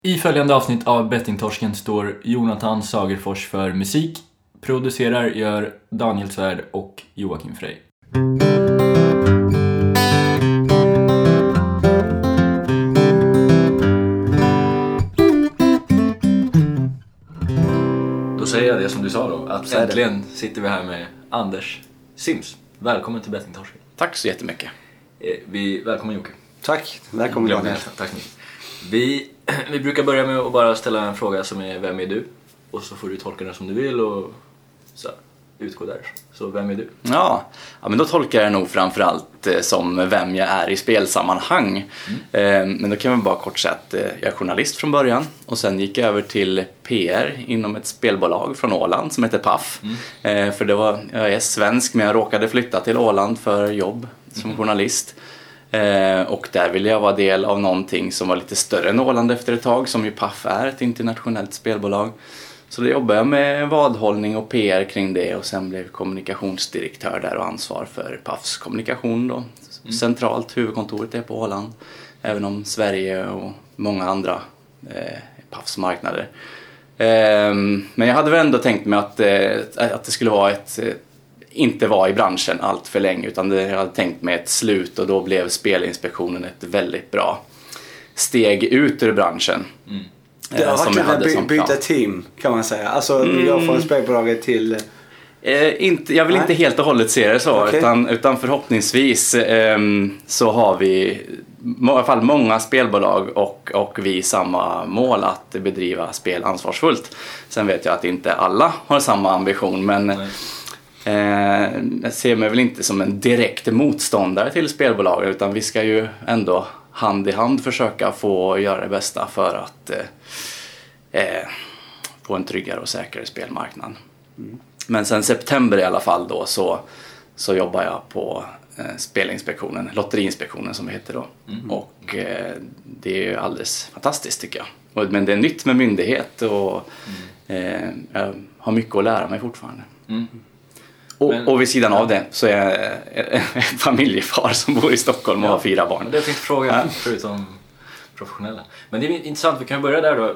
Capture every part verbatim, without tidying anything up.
I följande avsnitt av Bettingtorsken står Jonathan Sagerfors för musik. Producerar gör Daniel Svärd och Joakim Frey. Då säger jag det som du sa då, att äntligen sitter vi här med Anders Sims. Välkommen till Bettingtorsken. Tack så jättemycket. Vi, välkommen Jocke. Tack, välkommen Daniel. Tack så mycket. Vi, vi brukar börja med att bara ställa en fråga som är: vem är du? Och så får du tolka den som du vill och så utgå där. Så vem är du? Ja, ja men då tolkar jag nog framförallt eh, som vem jag är i spelsammanhang. Mm. Eh, men då kan man bara kort säga att eh, jag är journalist från början. Och sen gick jag över till P R inom ett spelbolag från Åland som heter P A F. Mm. Eh, för det var, jag är svensk men jag råkade flytta till Åland för jobb som mm. journalist. Eh, och där ville jag vara del av någonting som var lite större än Åland efter ett tag, som ju P A F är, ett internationellt spelbolag. Så då jobbade jag med vadhållning och P R kring det och sen blev kommunikationsdirektör där och ansvar för P A Fs kommunikation då. Mm. Centralt, huvudkontoret är på Åland, även om Sverige och många andra eh, P A Fs marknader. Eh, men jag hade väl ändå tänkt mig att, eh, att det skulle vara ett... inte var i branschen allt för länge, utan det, jag hade tänkt mig ett slut, och då blev Spelinspektionen ett väldigt bra steg ut ur branschen. Mm. Det har verkligen hade by- byta team kan man säga. Alltså mm. jag från spelbolaget till... Eh, inte, jag vill Nej. inte helt och hållet se det så, okay. utan, utan förhoppningsvis eh, så har vi i alla fall många spelbolag och, och vi samma mål att bedriva spel ansvarsfullt. Sen vet jag att inte alla har samma ambition, men... Nej. Eh, jag ser mig väl inte som en direkt motståndare till spelbolag, utan vi ska ju ändå hand i hand försöka få göra det bästa för att eh, eh, få en tryggare och säkrare spelmarknad. Mm. Men sen september i alla fall då så, så jobbar jag på eh, Spelinspektionen, Lotteriinspektionen som det heter då. Mm. Och eh, det är ju alldeles fantastiskt tycker jag. Men det är nytt med myndighet och mm. eh, jag har mycket att lära mig fortfarande. Mm. Och, men, och vid sidan av det så är jag en familjefar som bor i Stockholm och ja, har fyra barn. Det finns frågan ja. förutom professionella. Men det är intressant, vi kan börja där då.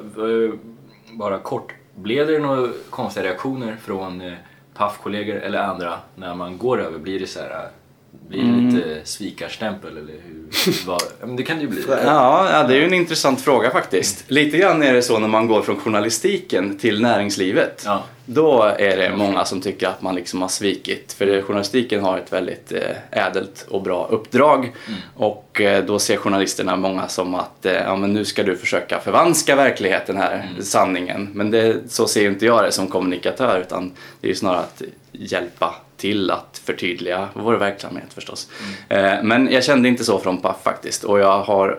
Bara kort, blev det några konstiga reaktioner från P A F-kollegor eller andra när man går över? Blir det så här, blir det mm. lite svikarstämpel eller hur? Var, men det kan det ju bli. Ja, ja, det är ju en intressant fråga faktiskt. Mm. Lite grann är det så när man går från journalistiken till näringslivet. Ja. Då är det många som tycker att man liksom har svikit. För journalistiken har ett väldigt ädelt och bra uppdrag. Mm. Och då ser journalisterna många som att ja, men nu ska du försöka förvanska verkligheten här, mm. sanningen. Men det, så ser inte jag det som kommunikatör, utan det är ju snarare att hjälpa till att förtydliga vår verksamhet förstås. Mm. Men jag kände inte så från P A F faktiskt. Och jag har...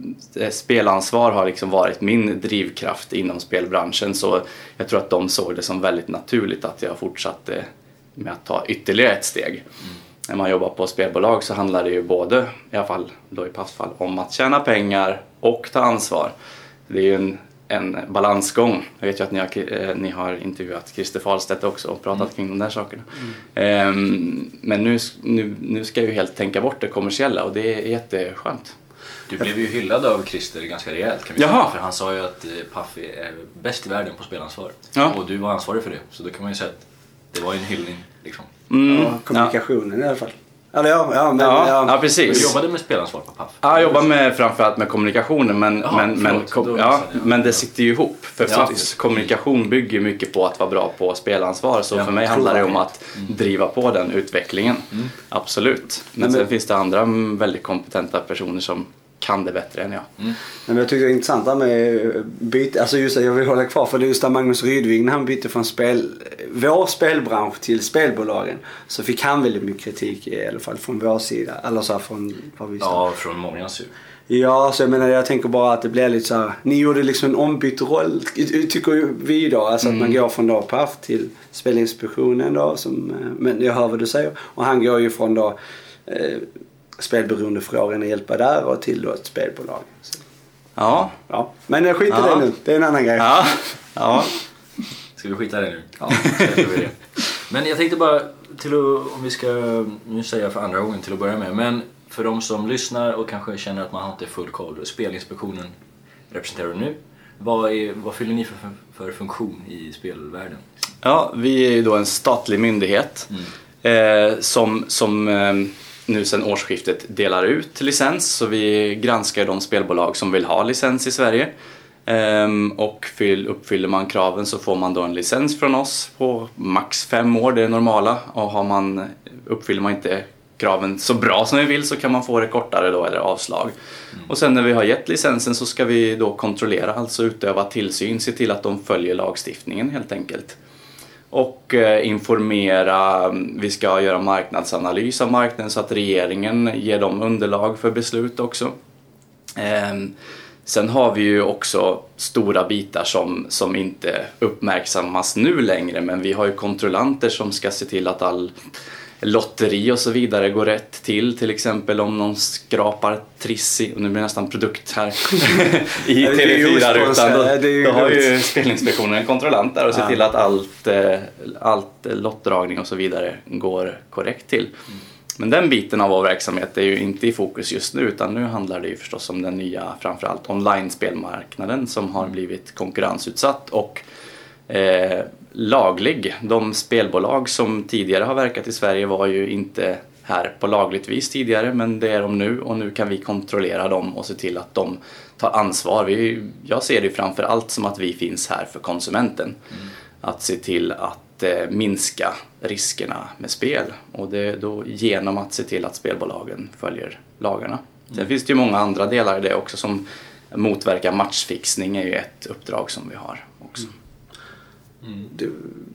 spelansvar har liksom varit min drivkraft inom spelbranschen, så jag tror att de såg det som väldigt naturligt att jag fortsatte med att ta ytterligare ett steg. Mm. När man jobbar på spelbolag så handlar det ju både, i alla fall då i P A Fs fall, om att tjäna pengar och ta ansvar. Det är ju en, en balansgång. Jag vet ju att ni har, eh, ni har intervjuat Christer Fahlstedt också och pratat mm. kring de där sakerna. Mm. Um, men nu, nu, nu ska jag ju helt tänka bort det kommersiella, och det är jätteskönt. Du blev ju hyllad av Christer ganska rejält kan vi säga, för han sa ju att P A F är bäst i världen på spelansvar. Ja. Och du var ansvarig för det, så då kan man ju säga att det var en hyllning liksom. Mm. Ja, kommunikationen ja. i alla fall. Eller ja, ja, men, ja, ja. ja, precis. Du jobbade med spelansvar på P A F? Ja, jag jobbar med, framförallt med kommunikationen, men, Jaha, men, men, kom, ja, men det sitter ju ihop. För ja, P A Fs kommunikation bygger mycket på att vara bra på spelansvar, så ja, för mig handlar det om att mm. driva på den utvecklingen. Mm. Absolut. Men, men sen men, finns det andra väldigt kompetenta personer som kan det bättre än jag. Mm. Men jag tycker det är intressant där med byte, alltså just det, jag vill hålla kvar för det är just där Magnus Rydving, när han bytte från spel, vår spelbransch till spelbolagen, så fick han väldigt mycket kritik i alla fall från vår sida, eller så här från vad vi sa. Ja, från många så. Ja, så jag menar, jag tänker bara att det blir lite så här, ni gjorde liksom en ombytt roll, tycker vi då, alltså mm. att man går från då P A F till Spelinspektionen då, som, men jag hör vad du säger, och han går ju från då eh, spelberoende frågan att hjälpa där och till då ett spelbolag. Så. Ja. ja. Men jag skiter ja. det nu. Det är en annan grej. Ja. Ja. Ska vi skita det nu? Ja. Men jag tänkte bara till att, om vi ska nu säga för andra gången till att börja med, men för de som lyssnar och kanske känner att man har inte full koll, Spelinspektionen representerar du nu. Vad, är, vad fyller ni för, för funktion i spelvärlden? Ja, vi är ju då en statlig myndighet mm. eh, som, som eh, nu sedan årsskiftet delar ut licens. Så vi granskar de spelbolag som vill ha licens i Sverige. Um, och fyll, uppfyller man kraven så får man då en licens från oss på max fem år, det är normala. Och har man, uppfyller man inte kraven så bra som vi vill så kan man få det kortare då eller avslag. Mm. Och sen när vi har gett licensen så ska vi då kontrollera, alltså utöva tillsyn, se till att de följer lagstiftningen helt enkelt. Och eh, informera, vi ska göra marknadsanalys av marknaden så att regeringen ger dem underlag för beslut också. Um, Sen har vi ju också stora bitar som, som inte uppmärksammas nu längre, men vi har ju kontrollanter som ska se till att all lotteri och så vidare går rätt till. Till exempel om någon skrapar Trissi, och nu blir det nästan produkt här i T V fyra-rutan, då, då har ju Spelinspektionen en kontrollant där och ser till att allt, allt lottdragning och så vidare går korrekt till. Mm. Men den biten av vår verksamhet är ju inte i fokus just nu, utan nu handlar det ju förstås om den nya, framförallt online-spelmarknaden som har blivit konkurrensutsatt och eh, laglig. De spelbolag som tidigare har verkat i Sverige var ju inte här på lagligt vis tidigare, men det är de nu och nu kan vi kontrollera dem och se till att de tar ansvar. Vi, jag ser det framförallt som att vi finns här för konsumenten. Mm. Att se till att minska riskerna med spel och det då genom att se till att spelbolagen följer lagarna. Sen mm. finns det ju många andra delar i det också, som motverka matchfixning är ju ett uppdrag som vi har också. Mm. Det,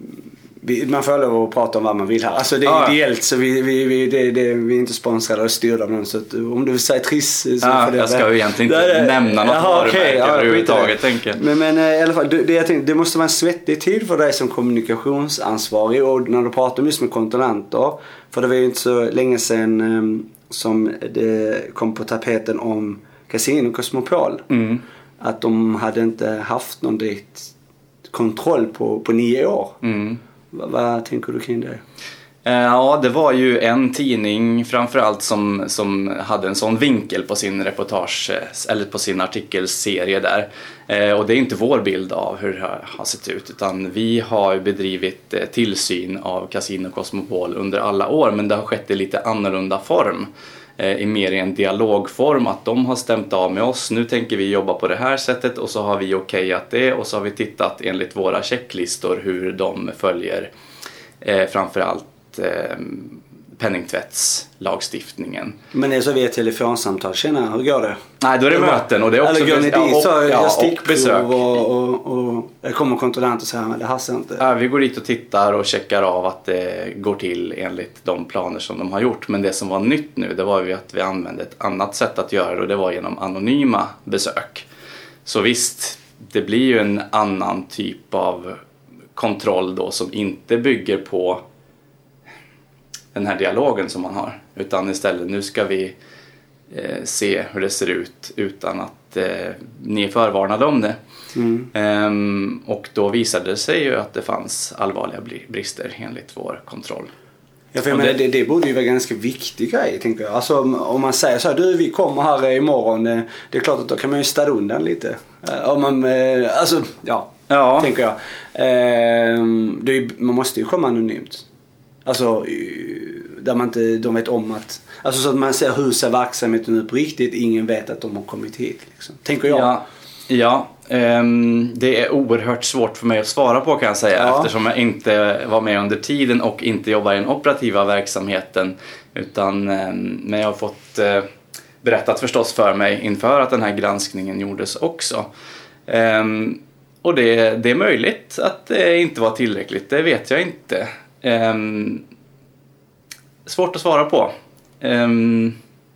vi, man får lov att prata om vad man vill här. Alltså det är ah, ideellt så vi, vi, vi, det, det, vi är inte sponsrade och styrda av någon, så att, om du vill säga Triss så ah, får det. Jag ska ju egentligen inte det, nämna något aha, varumärke okay, ja, överhuvudtaget tänker. Men, men i alla fall, det, det, jag tänkte, det måste vara en svettig tid för dig som kommunikationsansvarig och när du pratar just med kontrollanter, för det var ju inte så länge sedan um, som det kom på tapeten om Casino Cosmopol. Mm. Att de hade inte haft någon direkt kontroll på, på nio år. Mm. Vad, vad tänker du kring det? Ja, det var ju en tidning framförallt som, som hade en sån vinkel på sin reportage eller på sin artikelserie där. Och det är inte vår bild av hur det har sett ut, utan vi har bedrivit tillsyn av Casino Cosmopol under alla år, men det har skett i lite annorlunda form. I mer i en dialogform, att de har stämt av med oss, nu tänker vi jobba på det här sättet och så har vi okejat det och så har vi tittat enligt våra checklistor hur de följer eh, framförallt eh, penningtvättslagstiftningen. Men det är så via telefonsamtal, tjena, hur går det? Nej, då är det hur möten och det är också... Eller går ni dit, så ja, jag stickprov och, och, och, och jag kommer kontrollant och säger men det hassar inte. Ja, vi går dit och tittar och checkar av att det går till enligt de planer som de har gjort. Men det som var nytt nu, det var ju att vi använde ett annat sätt att göra det och det var genom anonyma besök. Så visst, det blir ju en annan typ av kontroll då som inte bygger på den här dialogen som man har, utan istället nu ska vi eh, se hur det ser ut utan att eh, ni är förvarnade om det. Mm. Ehm, och då visade det sig ju att det fanns allvarliga brister enligt vår kontroll. Ja, för jag menar, det, det borde ju vara ganska viktig grej, tänker jag. Alltså om, om man säger så här, du vi kommer här imorgon, det, det är klart att då kan man ju städa undan lite. Om man, eh, alltså ja, ja, tänker jag. Ehm, det är, man måste ju komma anonymt. Alltså där man inte, de vet om att, alltså så att man ser hur ser verksamheten ut på riktigt, ingen vet att de har kommit hit liksom. Tänker jag. Ja, ja um, det är oerhört svårt för mig att svara på, kan jag säga, ja. Eftersom jag inte var med under tiden och inte jobbar i den operativa verksamheten, utan um, men jag har fått uh, berättat förstås för mig inför att den här granskningen gjordes också. Um, och det, det är möjligt att det inte var tillräckligt, det vet jag inte. Um, svårt att svara på. Um,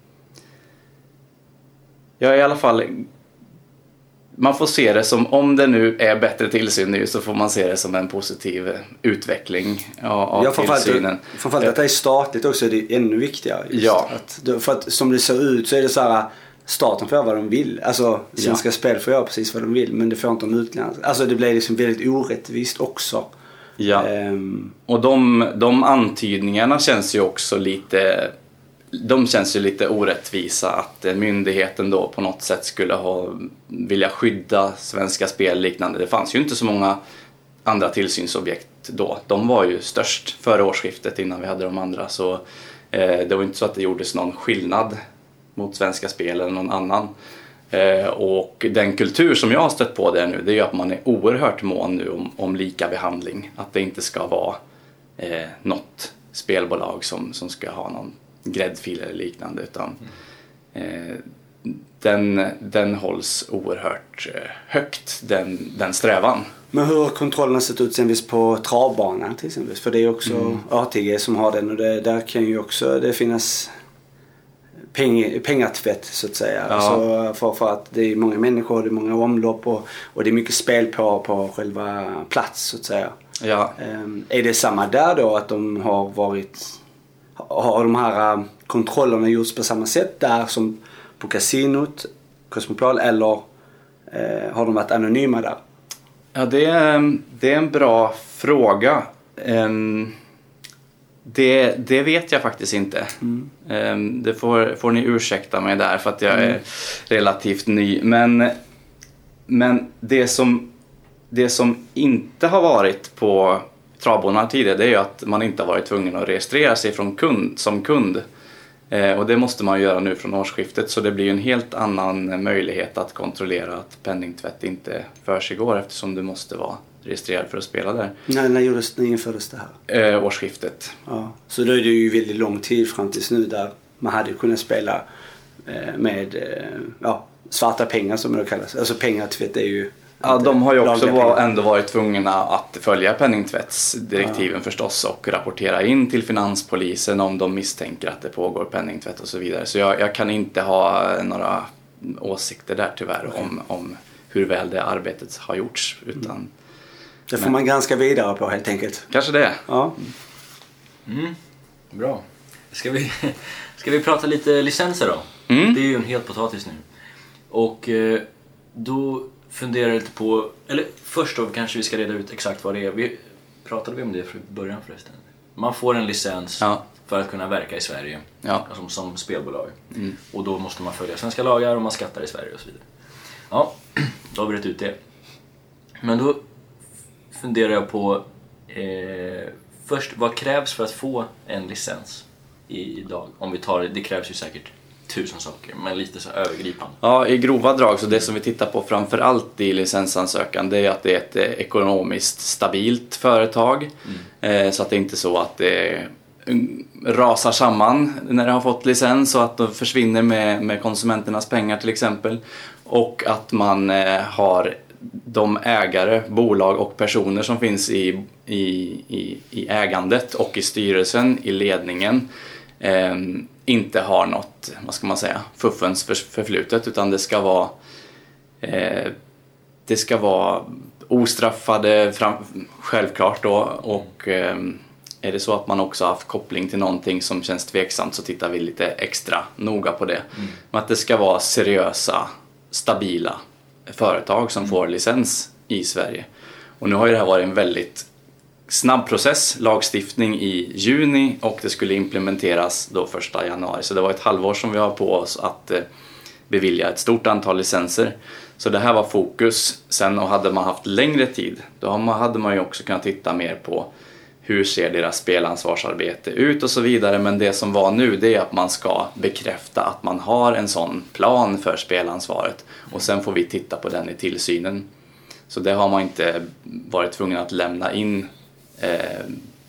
jag är i alla fall, man får se det som, om det nu är bättre tillsyn nu, så får man se det som en positiv utveckling av, av ja, tillsynen. Framförallt att det är statligt också, är det ännu viktigare. Just ja. Att, för att som det ser ut så är det så här, staten får göra vad de vill. Alltså Svenska ja. Spel får göra precis vad de vill, men det får inte de utländska. Alltså det blir liksom väldigt orättvist också. Ja, um, och de, de antydningarna känns ju också lite, de känns ju lite orättvisa att myndigheten då på något sätt skulle ha vilja skydda Svenska Spel liknande. Det fanns ju inte så många andra tillsynsobjekt då. De var ju störst före årsskiftet innan vi hade de andra, så eh, det var inte så att det gjordes någon skillnad mot Svenska Spel eller någon annan. Eh, och den kultur som jag har stött på där nu, det är ju att man är oerhört mån nu om, om lika behandling. Att det inte ska vara eh, något spelbolag som, som ska ha någon gräddfil eller liknande, utan eh, den, den hålls oerhört eh, högt, den, den strävan. Men hur har kontrollen sett ut sen visst på travbanan till exempel? För det är också mm. A T G som har den, och det, där kan ju också det finnas peng, pengatvätt så att säga. Ja. Så för, för att det är många människor, det är många omlopp och, och det är mycket spel på, på själva plats så att säga. Ja. Um, är det samma där då, att de har varit, har de här um, kontrollerna gjorts på samma sätt där som på kasinot, Cosmopol, eller uh, har de varit anonyma där? Ja, det är, det är en bra fråga. Um, det, det vet jag faktiskt inte. Mm. Um, det får, får ni ursäkta mig där för att jag är mm. relativt ny. Men, men det som Det som inte har varit på travbanorna tidigare, det är ju att man inte har varit tvungen att registrera sig från kund, som kund. Eh, och det måste man göra nu från årsskiftet, så det blir en helt annan möjlighet att kontrollera att penningtvätt inte försiggår, eftersom du måste vara registrerad för att spela där. Nej, när gjordes det, infördes det här? Eh, årsskiftet. Ja, så då är det ju väldigt lång tid fram tills nu där man hade kunnat spela eh, med eh, ja, svarta pengar som det kallas. Alltså pengatvätt är ju... Ja, de har ju också var, ändå varit tvungna att följa penningtvättsdirektiven ja. förstås, och rapportera in till finanspolisen om de misstänker att det pågår penningtvätt och så vidare. Så jag, jag kan inte ha några åsikter där tyvärr okay. om, om hur väl det arbetet har gjorts. Utan, mm. Det får men, man ganska vidare på helt enkelt. Kanske det. Ja. Mm. Bra. Ska vi, ska vi prata lite licenser då? Mm. Det är ju en helt potatis nu. Och då funderar lite på, eller först då kanske vi ska reda ut exakt vad det är. Vi pratade vi om det i början förresten. Man får en licens ja. för att kunna verka i Sverige ja. som, som spelbolag. Mm. Och då måste man följa svenska lagar och man skattar i Sverige och så vidare. Ja, då har vi rätt ut det. Men då funderar jag på eh, först, vad krävs för att få en licens idag? Om vi tar, det krävs ju säkert tusen saker, men lite så övergripande. Ja, i grova drag, så det som vi tittar på framför allt i licensansökan, det är att det är ett ekonomiskt stabilt företag. Mm. Så att det är inte så att det rasar samman när det har fått licens och att det försvinner med, med konsumenternas pengar till exempel. Och att man har de ägare, bolag och personer som finns i, i, i, i ägandet och i styrelsen, i ledningen, eh, inte har något, vad ska man säga, fuffens för, förflutet, utan det ska vara eh, det ska vara ostraffade fram, självklart då, och eh, är det så att man också har haft koppling till någonting som känns tveksamt, så tittar vi lite extra noga på det. Mm. Men att det ska vara seriösa, stabila företag som mm. får licens i Sverige. Och nu har ju det här varit en väldigt snabb process, lagstiftning i juni, och det skulle implementeras då första januari. Så det var ett halvår som vi har på oss att eh, bevilja ett stort antal licenser. Så det här var fokus. Sen, och hade man haft längre tid, då hade man ju också kunnat titta mer på hur ser deras spelansvarsarbete ut och så vidare. Men det som var nu, det är att man ska bekräfta att man har en sån plan för spelansvaret. Och sen får vi titta på den i tillsynen. Så det har man inte varit tvungen att lämna in eh,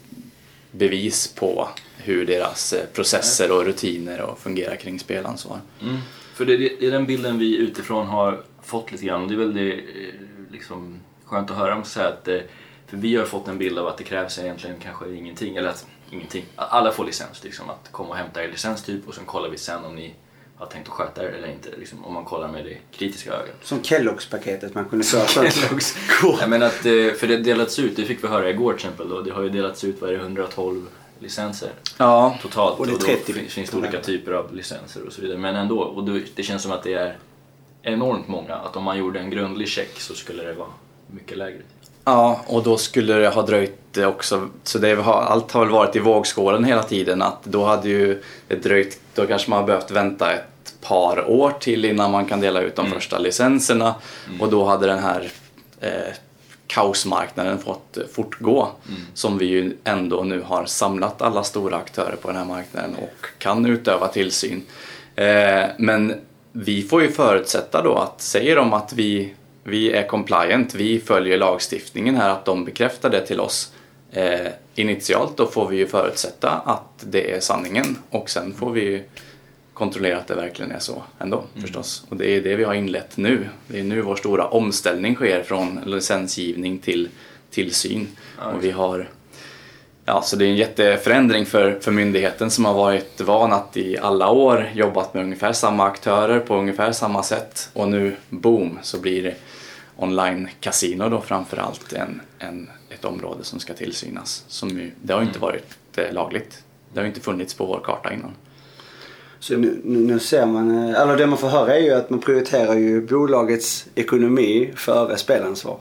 bevis på hur deras processer och rutiner och fungerar kring spelansvar. Mm. För det, det är den bilden vi utifrån har fått lite grann. Det är väl det, liksom, skönt att höra om så att det, för vi har fått en bild av att det krävs egentligen kanske ingenting, eller att ingenting. Alla får licens, liksom, att komma och hämta er licens typ, och sen kollar vi sen om ni har tänkt att sköta er eller inte, liksom, om man kollar med det kritiska ögat. Som Kellogg's-paketet man kunde köra. Kellogg's. Cool. Jag menar att, för det delats ut, det fick vi höra igår till exempel då, det har ju delats ut, vad är det, hundratolv licenser ja. totalt, och det är trettio. Och då finns det olika typer av licenser och så vidare, men ändå, och då, det känns som att det är enormt många, att om man gjorde en grundlig check så skulle det vara mycket lägre. Ja, och då skulle det ha dröjt också. Så det har, allt har väl varit i vågskålen hela tiden. Att då hade ju det dröjt, då kanske man har behövt vänta ett par år till innan man kan dela ut de mm. första licenserna. Mm. Och då hade den här eh, kaosmarknaden fått fortgå. Mm. Som vi ju ändå nu har samlat alla stora aktörer på den här marknaden och kan utöva tillsyn. Eh, men vi får ju förutsätta då att säger de att vi, vi är compliant, vi följer lagstiftningen här, att de bekräftar det till oss eh, initialt, då får vi ju förutsätta att det är sanningen och sen får vi ju kontrollera att det verkligen är så ändå mm. förstås. Och det är det vi har inlett nu. Det är nu vår stora omställning sker från licensgivning till tillsyn. Ja, och vi har, ja, så det är en jätteförändring för, för myndigheten som har varit van att i alla år jobbat med ungefär samma aktörer på ungefär samma sätt. Och nu, boom, så blir det online-casino då framförallt en, en, ett område som ska tillsynas. Som ju, det har ju inte varit eh, lagligt. Det har ju inte funnits på vår karta innan. Så nu, nu ser man, eller det man får höra är ju att man prioriterar ju bolagets ekonomi före spelansvar.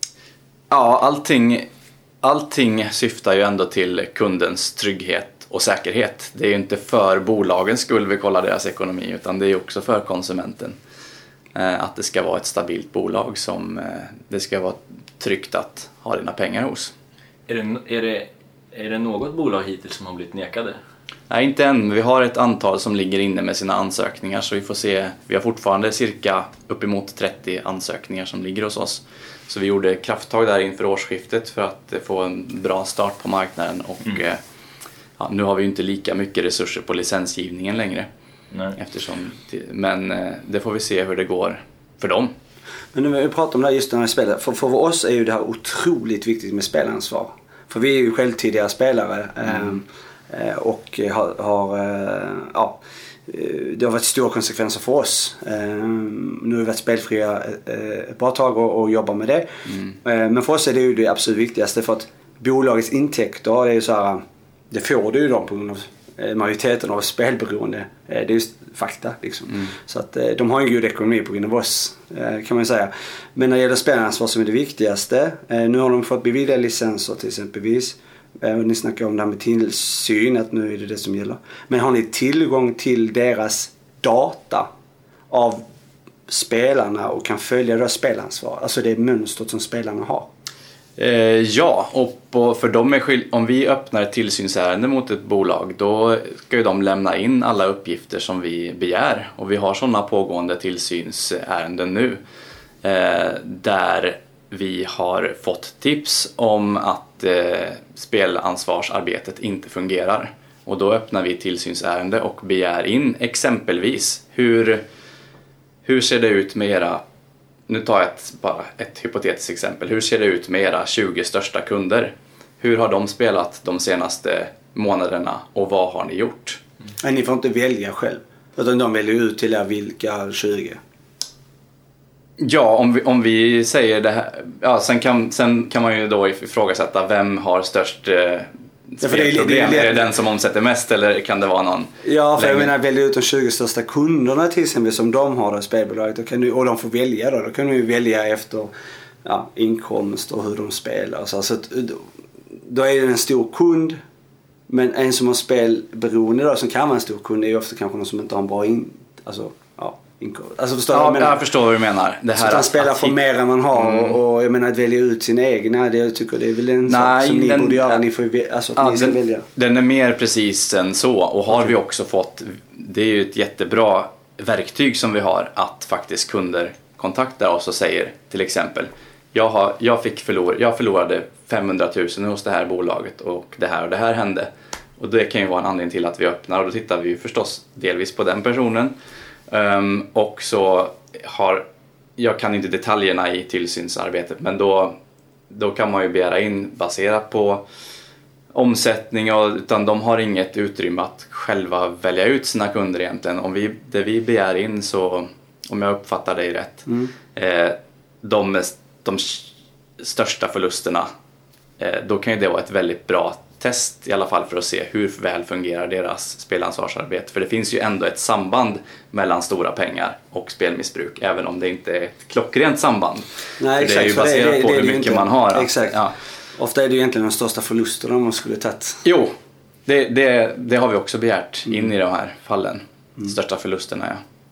Ja, allting, allting syftar ju ändå till kundens trygghet och säkerhet. Det är ju inte för bolagens skull vi kollar deras ekonomi, utan det är också för konsumenten. Att det ska vara ett stabilt bolag som det ska vara tryggt att ha dina pengar hos. Är det, är det, är det något bolag hittills som har blivit nekade? Nej, inte än. Vi har ett antal som ligger inne med sina ansökningar, så vi får se. Vi har fortfarande cirka uppemot trettio ansökningar som ligger hos oss. Så vi gjorde krafttag där inför årsskiftet för att få en bra start på marknaden. Och mm. ja, nu har vi ju inte lika mycket resurser på licensgivningen längre. Nej. Eftersom, men det får vi se hur det går för dem. Men när vi pratar om det här just när vi spelar, för, för oss är ju det här otroligt viktigt med spelansvar. För vi är ju självtidiga spelare. Mm. Eh, och har, har eh, ja, det har varit stora konsekvenser för oss. Eh, nu har vi varit spelfria eh, ett bra tag och, och jobbar med det. Mm. Eh, men för oss är det ju det absolut viktigaste, för att bolagets intäkter, det är ju så här, det får du ju dem på grund av majoriteten av spelberoende. Det är just fakta liksom. Mm. Så att de har en god ekonomi på grund av oss, kan man säga. Men när det gäller spelansvar som är det viktigaste, nu har de fått bevilja licenser till exempelvis. Ni snackar om det här med tillsyn, att nu är det det som gäller. Men har ni tillgång till deras data av spelarna och kan följa deras spelansvar? Alltså det mönstret som spelarna har. Eh, ja, och på, för dem är skill- om vi öppnar ett tillsynsärende mot ett bolag, då ska ju de lämna in alla uppgifter som vi begär. Och vi har sådana pågående tillsynsärenden nu eh, där vi har fått tips om att eh, spelansvarsarbetet inte fungerar. Och då öppnar vi tillsynsärende och begär in exempelvis hur, hur ser det ut med era, nu tar jag ett, bara ett hypotetiskt exempel, hur ser det ut med era tjugo största kunder? Hur har de spelat de senaste månaderna och vad har ni gjort? Mm. Ni får inte välja själv, utan de väljer ut till er vilka tjugo. Ja, om vi, om vi säger det här, ja, sen, kan, sen kan man ju då ifrågasätta vem har störst eh, spelproblem. Ja, är, är det den som omsätter mest eller kan det vara någon? Ja, för längre? Jag menar, välja ut de tjugo största kunderna till exempel som de har, det spelbolaget, och, kan du, och de får välja då. Då kan du ju välja efter ja, inkomst och hur de spelar. Så, alltså, då är det en stor kund, men en som har spelberoende då, som kan vara en stor kund, är ju ofta kanske någon som inte har en bra in, alltså, ja. Alltså förstår ja, jag, menar, jag förstår vad du menar. Det här så att han spelar för mer än man har mm. och, och jag menar att välja ut sin egna, det, jag tycker det är väl en Nej, sak som ni den, borde göra. Ni får, alltså, ja, ni ska den, välja. Den är mer precis än så, och har okay. vi också fått, det är ju ett jättebra verktyg som vi har, att faktiskt kunder kontaktar oss och säger till exempel jag, har, jag, fick förlor, jag förlorade femhundratusen hos det här bolaget och det här och det här hände, och det kan ju vara en anledning till att vi öppnar, och då tittar vi ju förstås delvis på den personen. Um, och så har, jag kan inte detaljerna i tillsynsarbetet, men då, då kan man ju begära in baserat på omsättning, och, utan de har inget utrymme att själva välja ut sina kunder egentligen. Om vi, det vi begär in, så om jag uppfattar dig rätt, mm. eh, de, de största förlusterna, eh, då kan ju det vara ett väldigt bra test i alla fall för att se hur väl fungerar deras spelansvarsarbete. För det finns ju ändå ett samband mellan stora pengar och spelmissbruk, även om det inte är ett klockrent samband. Nej, exakt, det är ju baserat det, det, på det hur mycket inte man har. Exakt. Ja. Ofta är det ju egentligen den största förlusten om man skulle tagit. Jo, det, det, det har vi också begärt in i de här fallen. Mm. Största förlusterna,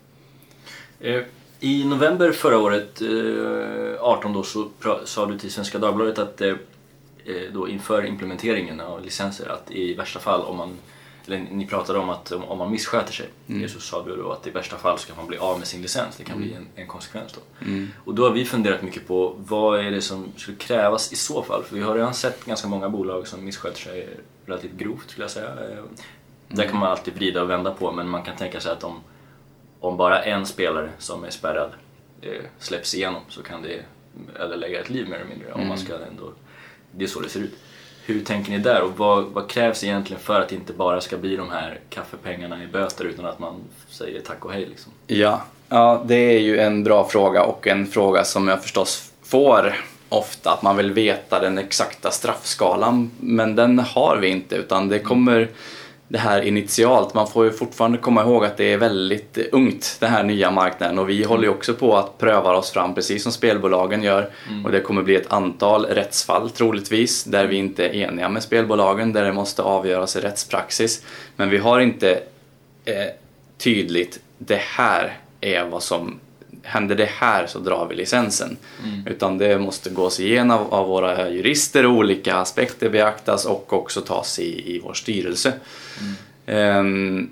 ja. I november förra året, arton då, så sa du till Svenska Dagbladet att då inför implementeringen av licenser att i värsta fall, om man, eller ni pratade om att om man missköter sig, mm. så sa du då att i värsta fall ska man bli av med sin licens. Det kan mm. bli en, en konsekvens då. Mm. Och då har vi funderat mycket på vad är det som skulle krävas i så fall. För vi har redan sett ganska många bolag som missköter sig relativt grovt, skulle jag säga. Mm. Där kan man alltid vrida och vända på, men man kan tänka sig att om, om bara en spelare som är spärrad eh, släpps igenom, så kan det eller lägga ett liv mer eller mindre. Mm. Om man ska ändå, det är så det ser ut. Hur tänker ni där, och vad, vad krävs egentligen för att det inte bara ska bli de här kaffepengarna i böter, utan att man säger tack och hej liksom? Ja, ja, det är ju en bra fråga, och en fråga som jag förstås får ofta, att man vill veta den exakta straffskalan, men den har vi inte, utan det kommer det här initialt. Man får ju fortfarande komma ihåg att det är väldigt ungt, den här nya marknaden, och vi mm. håller ju också på att pröva oss fram precis som spelbolagen gör. Mm. Och det kommer bli ett antal rättsfall troligtvis där vi inte är eniga med spelbolagen, där det måste avgöras i rättspraxis. Men vi har inte eh, tydligt, det här är vad som händer, det här så drar vi licensen. Mm. Utan det måste gås igenom av våra jurister, olika aspekter beaktas och också tas i, i vår styrelse. Mm. Um,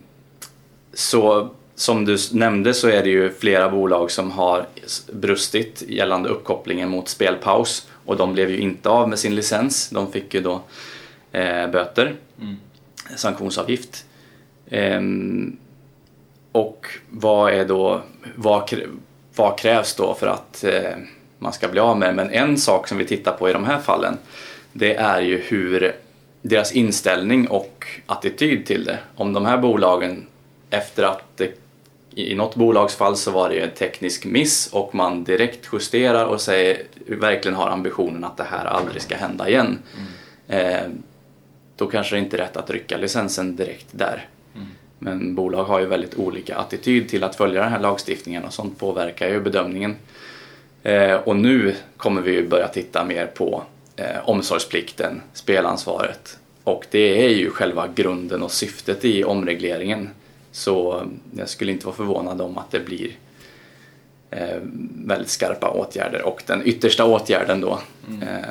så som du nämnde så är det ju flera bolag som har brustit gällande uppkopplingen mot spelpaus, och de blev ju inte av med sin licens. De fick ju då eh, böter, mm. sanktionsavgift. Um, och vad är då vad, vad krävs då för att eh, man ska bli av med? Men en sak som vi tittar på i de här fallen, det är ju hur deras inställning och attityd till det. Om de här bolagen, efter att det, i något bolagsfall så var det ju en teknisk miss och man direkt justerar och säger, verkligen har ambitionen att det här aldrig ska hända igen. Mm. Eh, då kanske det inte är rätt att rycka licensen direkt där. Mm. Men bolag har ju väldigt olika attityd till att följa den här lagstiftningen, och sånt påverkar ju bedömningen. Eh, och nu kommer vi ju börja titta mer på eh, omsorgsplikten, spelansvaret. Och det är ju själva grunden och syftet i omregleringen. Så jag skulle inte vara förvånad om att det blir eh, väldigt skarpa åtgärder. Och den yttersta åtgärden då mm. eh,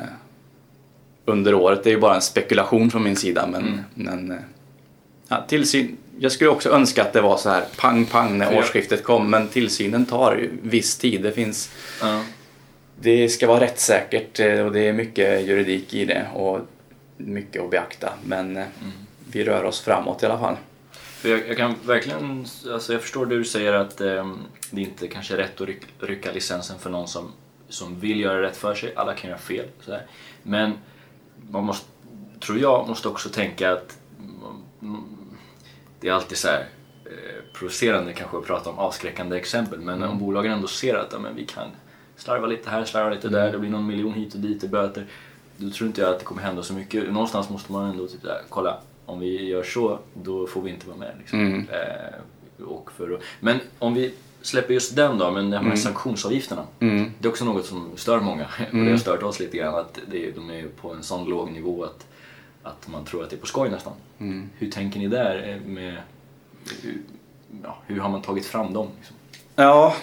under året, det är ju bara en spekulation från min sida. Men, mm. men ja, tillsyn, jag skulle också önska att det var så här pang pang när årsskiftet kom. Men tillsynen tar ju viss tid. Det finns... Mm. Det ska vara rättssäkert och det är mycket juridik i det och mycket att beakta. Men mm. vi rör oss framåt i alla fall. För jag, jag kan verkligen, alltså jag förstår det du säger att eh, det inte kanske är rätt att rycka, rycka licensen för någon som, som vill göra rätt för sig. Alla kan göra fel. Så här. Men man måste, tror jag måste också tänka att mm, det är alltid så här eh, provocerande kanske att prata om avskräckande exempel. Men mm. om bolagen ändå ser att ja, men vi kan slarva lite här, slarva lite där, mm. det blir någon miljon hit och dit i böter. Då tror inte jag att det kommer hända så mycket. Någonstans måste man ändå typ där, kolla, om vi gör så, då får vi inte vara med. Liksom. Mm. Eh, och för, men om vi släpper just den då, men de här mm. sanktionsavgifterna, mm. det är också något som stör många. Mm. Och det har stört oss lite grann, att det, de är på en sån låg nivå att, att man tror att det är på skoj nästan. Mm. Hur tänker ni där? Med, hur, ja, hur har man tagit fram dem? Liksom? Ja,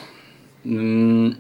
mm.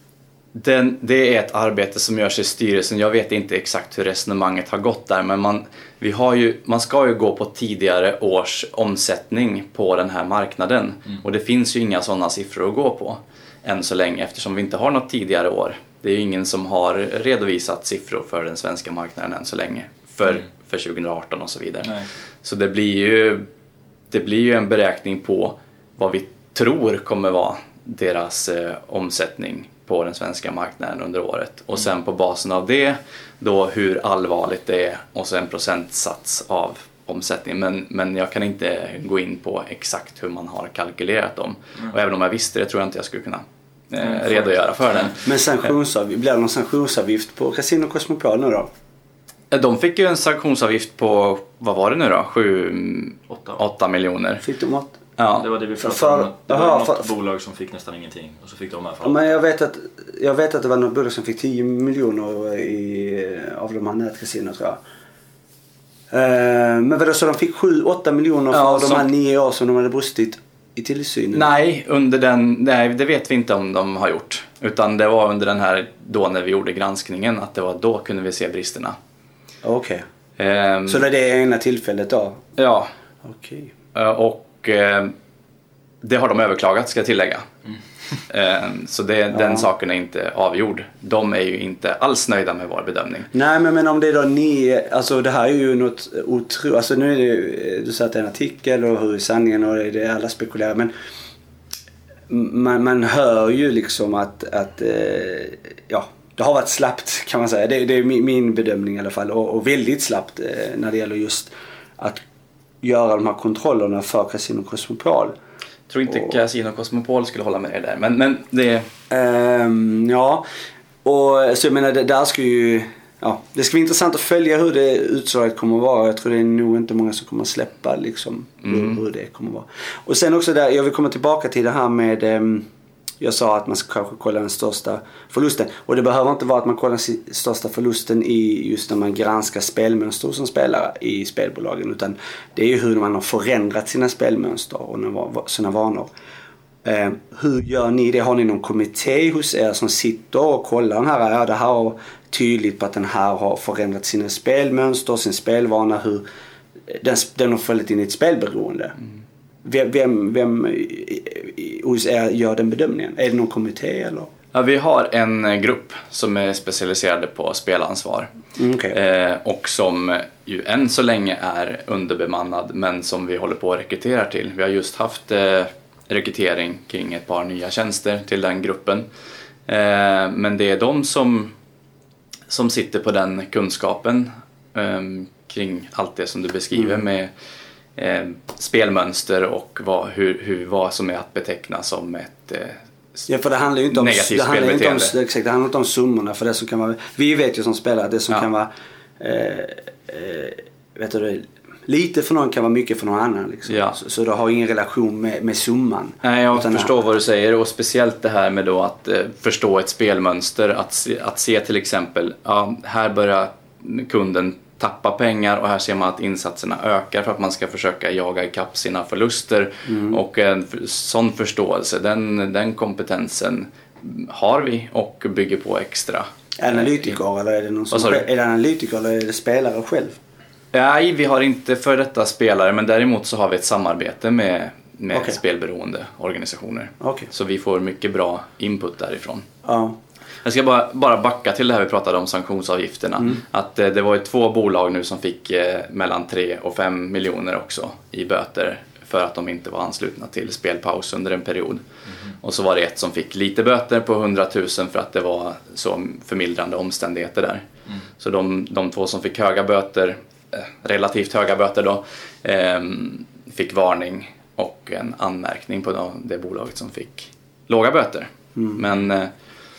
Den, det är ett arbete som görs i styrelsen. Jag vet inte exakt hur resonemanget har gått där, men man, vi har ju, man ska ju gå på tidigare års omsättning på den här marknaden. Mm. Och det finns ju inga sådana siffror att gå på än så länge, eftersom vi inte har något tidigare år. Det är ju ingen som har redovisat siffror för den svenska marknaden än så länge. För, mm. för tjugo arton och så vidare. Nej. Så det blir ju, det blir ju en beräkning på vad vi tror kommer vara deras eh, omsättning på den svenska marknaden under året. Och sen på basen av det då hur allvarligt det är och så en procentsats av omsättning. Men, men jag kan inte gå in på exakt hur man har kalkylerat dem. Mm. Och även om jag visste det tror jag inte jag skulle kunna eh, mm. redogöra för den. Men sanktionsavgift, blir det någon sanktionsavgift på Casino Cosmopol nu då? De fick ju en sanktionsavgift på, vad var det nu då? sju, åtta. åtta miljoner. Fick de åt? Ja. Det var det vi pratade för, om. Det var aha, något för, bolag som fick nästan ingenting. Och så fick de i alla fall. Ja, men jag vet att, jag vet att det var något bolag som fick tio miljoner i, av de här nätkasinerna tror jag. Uh, men vadå, så de fick sju åtta miljoner för ja, de som... här nio år som de hade brustit i tillsynen? Nej, under den, nej, det vet vi inte om de har gjort. Utan det var under den här, då när vi gjorde granskningen, att det var då kunde vi se bristerna. Okej. Okay. Um, så det är det ena tillfället då? Ja. Okej. Okay. Uh, och uh, det har de överklagat, ska jag tillägga. Mm. uh, så det, ja. Den saken är inte avgjord. De är ju inte alls nöjda med vår bedömning. Nej, men, men om det är då ni, alltså det här är ju något otroligt, alltså nu är det, du säger att det är en artikel och hur är sanningen och det är alla spekulerar, men man, man hör ju liksom att, att eh, ja, det har varit slappt kan man säga. Det, det är min, min bedömning i alla fall. Och, och väldigt slappt eh, när det gäller just att göra de här kontrollerna för Casino Cosmopol. Jag tror inte och, Casino Cosmopol skulle hålla med er där. Men, men det... Um, ja, och så jag menar det där ska ju... Ja, det ska bli intressant att följa hur det utslaget kommer att vara. Jag tror det är nog inte många som kommer att släppa liksom, mm. hur, hur det kommer att vara. Och sen också där, jag vill komma tillbaka till det här med... Um, jag sa att man ska kanske kolla den största förlusten. Och det behöver inte vara att man kollar den största förlusten i just när man granskar spelmönster som spelare i spelbolagen. Utan det är ju hur man har förändrat sina spelmönster och sina vanor. Eh, hur gör ni det? Har ni någon kommitté hos er som sitter och kollar den här? Ja, det här har tydligt på att den här har förändrat sina spelmönster, sin spelvana. Hur den, den har följt in i ett spelberoende. Mm. Vem, vem, vem hos er gör den bedömningen? Är det någon kommitté eller? Ja, vi har en grupp som är specialiserade på spelansvar. Mm, okay. eh, och som ju än så länge är underbemannad, men som vi håller på att rekrytera till. Vi har just haft eh, rekrytering kring ett par nya tjänster till den gruppen. Eh, men det är de som, som sitter på den kunskapen eh, kring allt det som du beskriver mm. med Eh, spelmönster och vad, hur, hur, vad som är att beteckna som ett eh, ja, för det handlar ju inte om, negativt det handlar inte om, exakt, det handlar inte om summorna för det som kan vara, vi vet ju som spelare att det som ja. kan vara eh, eh, vet du, lite för någon kan vara mycket för någon annan liksom. Ja. så, så det har ingen relation med, med summan. Nej, jag förstår här. Vad du säger och speciellt det här med då att eh, förstå ett spelmönster, att se, att se till exempel ja, här börjar kunden tappa pengar och här ser man att insatserna ökar för att man ska försöka jaga ikapp sina förluster mm. och en sån förståelse, den, den kompetensen har vi och bygger på extra. Analytiker eller är det någon som är det analytiker eller är det spelare själv? Nej, vi har inte för detta spelare men däremot så har vi ett samarbete med, med okay. spelberoende organisationer. Okay. Så vi får mycket bra input därifrån. Ja. Jag ska bara, bara backa till det här vi pratade om sanktionsavgifterna. Mm. Att eh, det var ju två bolag nu som fick eh, mellan tre och fem miljoner också i böter för att de inte var anslutna till spelpaus under en period. Mm. Och så var det ett som fick lite böter på hundratusen för att det var så förmildrande omständigheter där. Mm. Så de, de två som fick höga böter, eh, relativt höga böter då, eh, fick varning och en anmärkning på då, det bolaget som fick låga böter. Mm. Men eh,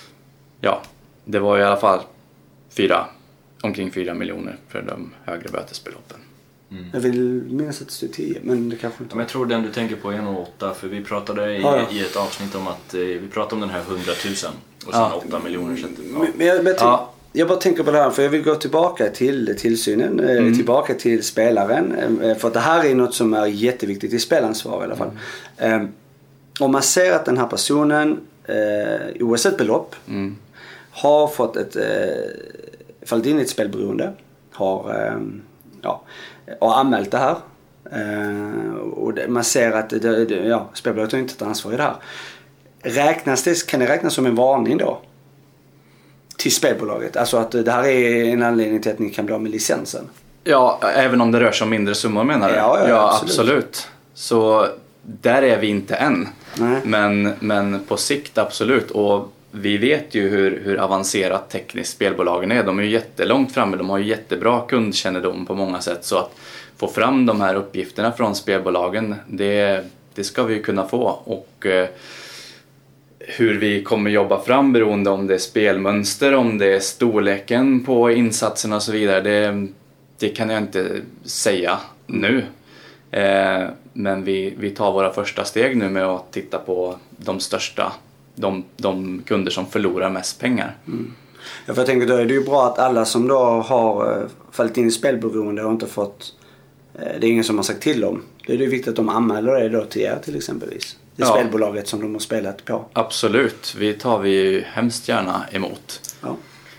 ja, det var i alla fall fyra, omkring fyra miljoner för de högre bötesbeloppen. Mm. Jag vill minnas att det stod tio, men det kanske inte var. Men jag tror den du tänker på är nog åtta, för vi pratade i, ja, ja. i ett avsnitt om att eh, vi pratade om den här hundratusen och sen ja. åtta miljoner. Så att, ja. Men, men jag, men jag, ja. jag bara tänker på det här, för jag vill gå tillbaka till tillsynen, mm. tillbaka till spelaren, för att det här är något som är jätteviktigt i spelansvar i alla fall. Mm. Um, om man ser att den här personen eh, oavsett belopp mm. har fått ett eh, fallit in i ett spelberoende, har eh, ja, och anmält det här eh, och det, man ser att det, det, ja, spelbolaget har inte ett ansvar i det här. Räknas det, kan det räknas som en varning då till spelbolaget? Alltså att det här är en anledning till att ni kan bli av med licensen? Ja, även om det rör sig om mindre summor menar du? Ja, ja, ja absolut. absolut. Så där är vi inte än. Men, men på sikt absolut. Och vi vet ju hur, hur avancerat tekniskt spelbolagen är. De är ju jättelångt framme. De har ju jättebra kundkännedom på många sätt. Så att få fram de här uppgifterna från spelbolagen, det, det ska vi ju kunna få. Och eh, hur vi kommer jobba fram beroende om det är spelmönster, om det är storleken på insatserna och så vidare. Det, det kan jag inte säga nu. Eh, men vi, vi tar våra första steg nu med att titta på de största, de, de kunder som förlorar mest pengar. Mm. Ja, för jag tänker då är det ju bra att alla som då har fallit in i spelberoende och inte fått, det är ingen som har sagt till dem. Det är ju viktigt att de anmäler det då till er till exempelvis. Det ja. spelbolaget som de har spelat på. Absolut, vi tar vi ju hemskt gärna emot. Ja.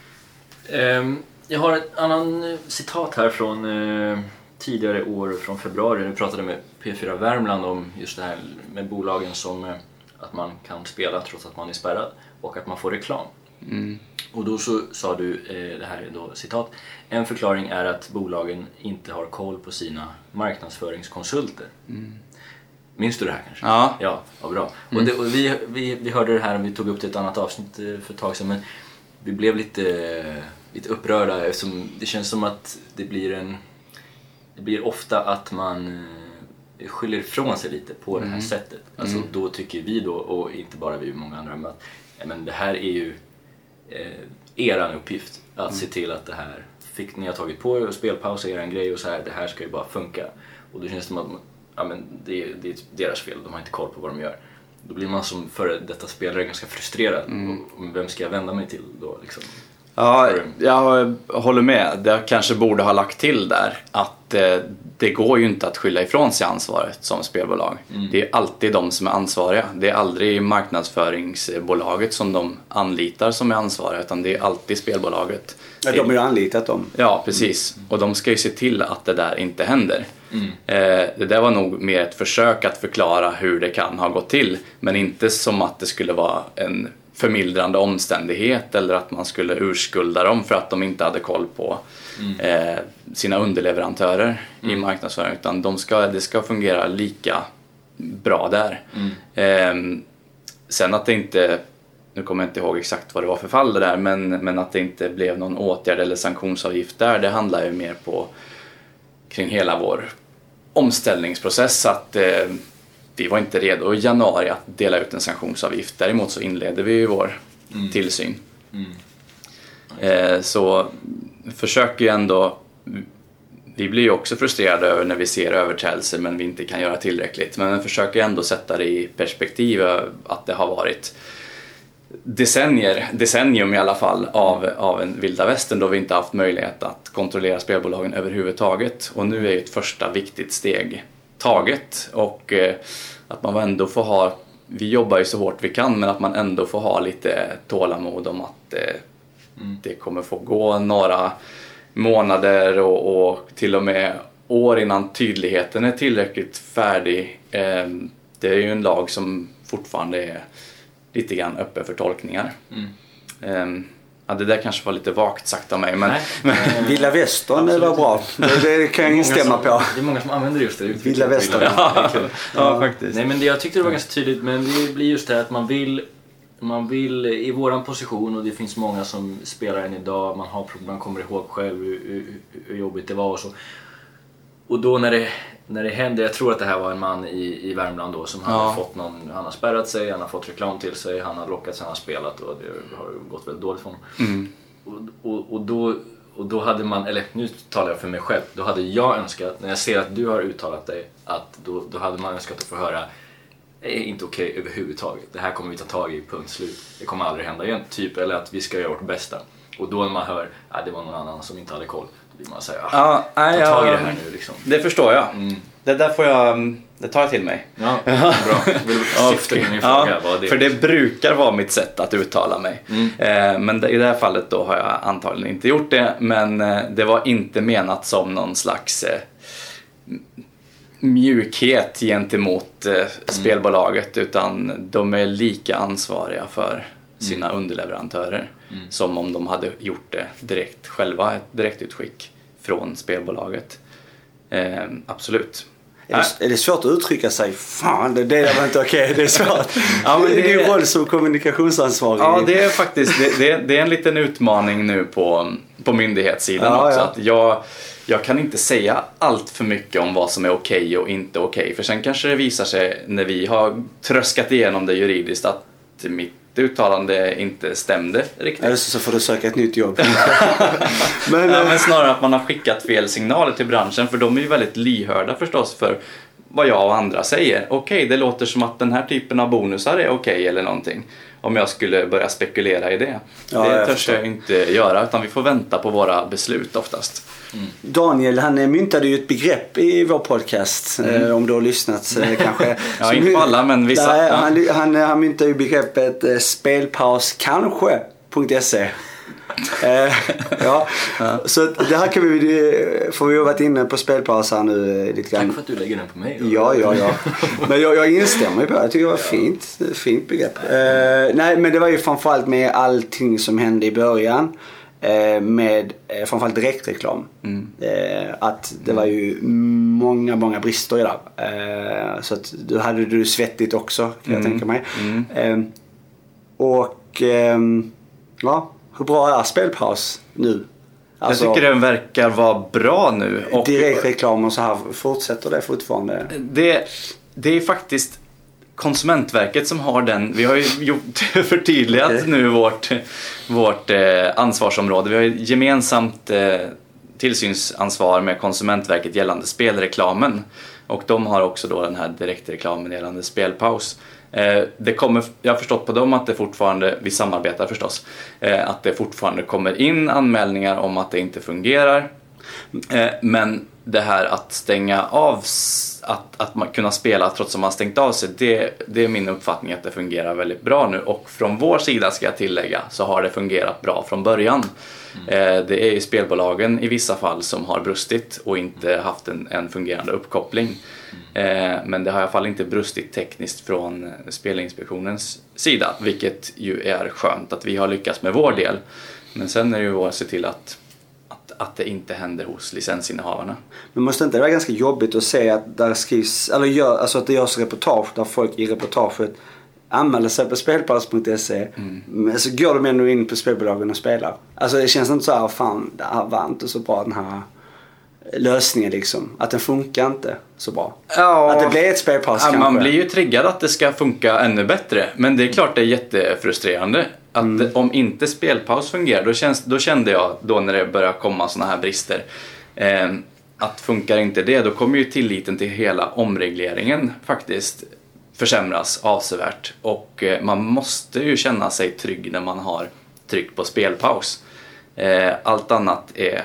Um, jag har ett annan citat här från uh, tidigare år, från februari. Vi pratade med P fyra Värmland om just det här med bolagen som uh, att man kan spela trots att man är spärrad och att man får reklam. Mm. Och då så sa du, eh, det här är då citat, en förklaring är att bolagen inte har koll på sina marknadsföringskonsulter. Mm. Minns du det här kanske? Ja. Ja, ja bra. Mm. Och, det, och vi, vi, vi hörde det här och vi tog upp det i ett annat avsnitt för ett tag sedan, men vi blev lite, lite upprörda eftersom det känns som att det blir en, det blir ofta att man skyller ifrån sig lite på mm. det här sättet. Alltså mm. då tycker vi då, och inte bara vi, många andra, men att ja, men det här är ju eh, eran uppgift att mm. se till att det här fick ni har tagit på er och spelpaus är en grej och så här, det här ska ju bara funka. Och då känns det som att ja, men det, det är deras fel, de har inte koll på vad de gör. Då blir man som före detta spelare ganska frustrerad. Mm. Och vem ska jag vända mig till då liksom? Ja, jag håller med. Det kanske borde ha lagt till där att eh, det går ju inte att skylla ifrån sig ansvaret som spelbolag. Mm. Det är alltid de som är ansvariga. Det är aldrig marknadsföringsbolaget som de anlitar som är ansvariga, utan det är alltid spelbolaget. Ja, de har ju anlitat dem. Ja, precis. Och de ska ju se till att det där inte händer. Mm. Eh, det där var nog mer ett försök att förklara hur det kan ha gått till, men inte som att det skulle vara en förmildrande omständighet eller att man skulle urskulda dem för att de inte hade koll på mm. eh, sina underleverantörer mm. i marknadsföring, utan de ska, det ska fungera lika bra där. Mm. Eh, sen att det inte, nu kommer jag inte ihåg exakt vad det var för fall det där, men, men att det inte blev någon åtgärd eller sanktionsavgift där, det handlar ju mer på kring hela vår omställningsprocess, att eh, vi var inte redo i januari att dela ut en sanktionsavgift. Däremot så inledde vi ju vår mm. tillsyn. Mm. Eh, så försöker ju ändå, vi blir ju också frustrerade över när vi ser överträdelser men vi inte kan göra tillräckligt. Men försöker ändå sätta det i perspektiv att det har varit decennier, decennium i alla fall av, av en vilda västern då vi inte haft möjlighet att kontrollera spelbolagen överhuvudtaget. Och nu är ju ett första viktigt steg taget, och eh, att man ändå får ha, vi jobbar ju så hårt vi kan, men att man ändå får ha lite tålamod om att eh, mm. det kommer få gå några månader och, och till och med år innan tydligheten är tillräckligt färdig. Eh, det är ju en lag som fortfarande är lite grann öppen för tolkningar. Mm. Eh, Ja, det där kanske var lite vagt sagt av mig, men, men Vilda Västern det var bra. Det, det kan jag instämma på. Det är många som använder just det. Vilda Västern. Ja, ja, ja, faktiskt. Nej, men det, jag tyckte det var ganska tydligt, men det blir just det att man vill man vill i våran position, och det finns många som spelar än idag, man har problem, man kommer ihåg själv hur, hur, hur jobbigt det var och så. Och då när det när det händer, jag tror att det här var en man i, i Värmland då som ja. har fått någon, han har spärrat sig, han har fått reklam till sig, han har lockats, han har spelat och det har gått väldigt dåligt för honom. Mm. Och, och, och, då, och då hade man, eller nu talar jag för mig själv, då hade jag önskat, när jag ser att du har uttalat dig, att då, då hade man önskat att få höra det är inte okej okay överhuvudtaget, det här kommer vi ta tag i, punkt slut, det kommer aldrig hända igen, typ, eller att vi ska göra vårt bästa. Och då när man hör att det var någon annan som inte hade koll, då vill man säga, ja, ta nej, tag i ja, det här nu liksom. Det förstår jag. Mm. Det där får jag, det tar jag till mig. Ja, bra. Vill du syfta in i fråga? Ja, det? För det brukar vara mitt sätt att uttala mig. Mm. Eh, men i det här fallet då har jag antagligen inte gjort det. Men eh, det var inte menat som någon slags eh, mjukhet gentemot eh, mm. spelbolaget. Utan de är lika ansvariga för sina mm. underleverantörer. Mm. Som om de hade gjort det direkt själva, ett direktutskick från spelbolaget. Eh, absolut. Är det, är det svårt att uttrycka sig? Fan, det, det var inte okej, okay, det är svårt. Ja, men det, det är ju roll som kommunikationsansvarig. Ja, det är faktiskt det, det, det är en liten utmaning nu på, på myndighetssidan ja, också. Ja. Att jag, jag kan inte säga allt för mycket om vad som är okej okay och inte okej. Okay, för sen kanske det visar sig när vi har tröskat igenom det juridiskt att mitt uttalande inte stämde riktigt. Eller så får du söka ett nytt jobb. men, ja, men snarare att man har skickat fel signaler till branschen, för de är ju väldigt lyhörda förstås för vad jag och andra säger. Okej, okay, det låter som att den här typen av bonusar är okej okay, eller någonting. Om jag skulle börja spekulera i det. Ja, det törs jag inte göra, utan vi får vänta på våra beslut oftast. Mm. Daniel, han myntade ju ett begrepp i vår podcast, mm. eh, om du har lyssnat eh, kanske. Ja, inte på alla, men vissa. Nej, ja. han, han, han myntade ju begreppet eh, spelpaus kanske .se. eh, ja. ja, så det här kan vi, får vi ha varit inne på spelpaus här nu lite grann. Tack för att du lägger den på mig då. Ja, ja, ja. Men jag, jag instämmer på det. Jag tycker det var fint, fint begrepp. Eh, nej, men det var ju framförallt med allting som hände i början. Med eh, framförallt direktreklam. Mm. Eh, att det var ju många, många brister i det. Eh, så att du hade du svettigt också, kan mm. jag tänka mig. Mm. Eh, och eh, ja, hur bra är spelpaus nu? Alltså, jag tycker den verkar vara bra nu. Och direktreklam och så här, fortsätter det fortfarande? Det, det är faktiskt Konsumentverket som har den. Vi har ju gjort, förtydligat okay. nu vårt, vårt eh, ansvarsområde. Vi har ju gemensamt eh, tillsynsansvar med Konsumentverket gällande spelreklamen. Och de har också då den här direktreklamen gällande spelpaus. Eh, det kommer, jag har förstått på dem att det fortfarande, vi samarbetar förstås, eh, att det fortfarande kommer in anmälningar om att det inte fungerar. Eh, men det här att stänga av, att, att man kunna spela trots att man stängt av sig, det, det är min uppfattning att det fungerar väldigt bra nu. Och från vår sida, ska jag tillägga, så har det fungerat bra från början. Mm. Eh, det är ju spelbolagen i vissa fall som har brustit och inte haft en, en fungerande uppkoppling. Mm. Eh, men det har i alla fall inte brustit tekniskt från Spelinspektionens sida, vilket ju är skönt att vi har lyckats med vår del. Men sen är det ju vår att se till att att det inte händer hos licensinnehavarna. Men måste inte det vara ganska jobbigt att se att där skrivs, eller gör, alltså att det görs reportage där folk i reportaget anmäler sig på spelpaus punkt se, mm. men så går de ändå in på spelbolagen och spelar. Alltså det känns inte så här, fan, det här var inte så bra den här lösningen liksom. Att den funkar inte så bra. Ja, att det blir ett spelpaus ja, kanske. Man blir ju triggad att det ska funka ännu bättre. Men det är klart det är jättefrustrerande. Att mm. om inte spelpaus fungerar, då, känns, då kände jag då när det börjar komma såna här brister. Eh, att funkar inte det, då kommer ju tilliten till hela omregleringen faktiskt försämras avsevärt. Och eh, man måste ju känna sig trygg när man har tryckt på spelpaus. Eh, allt annat är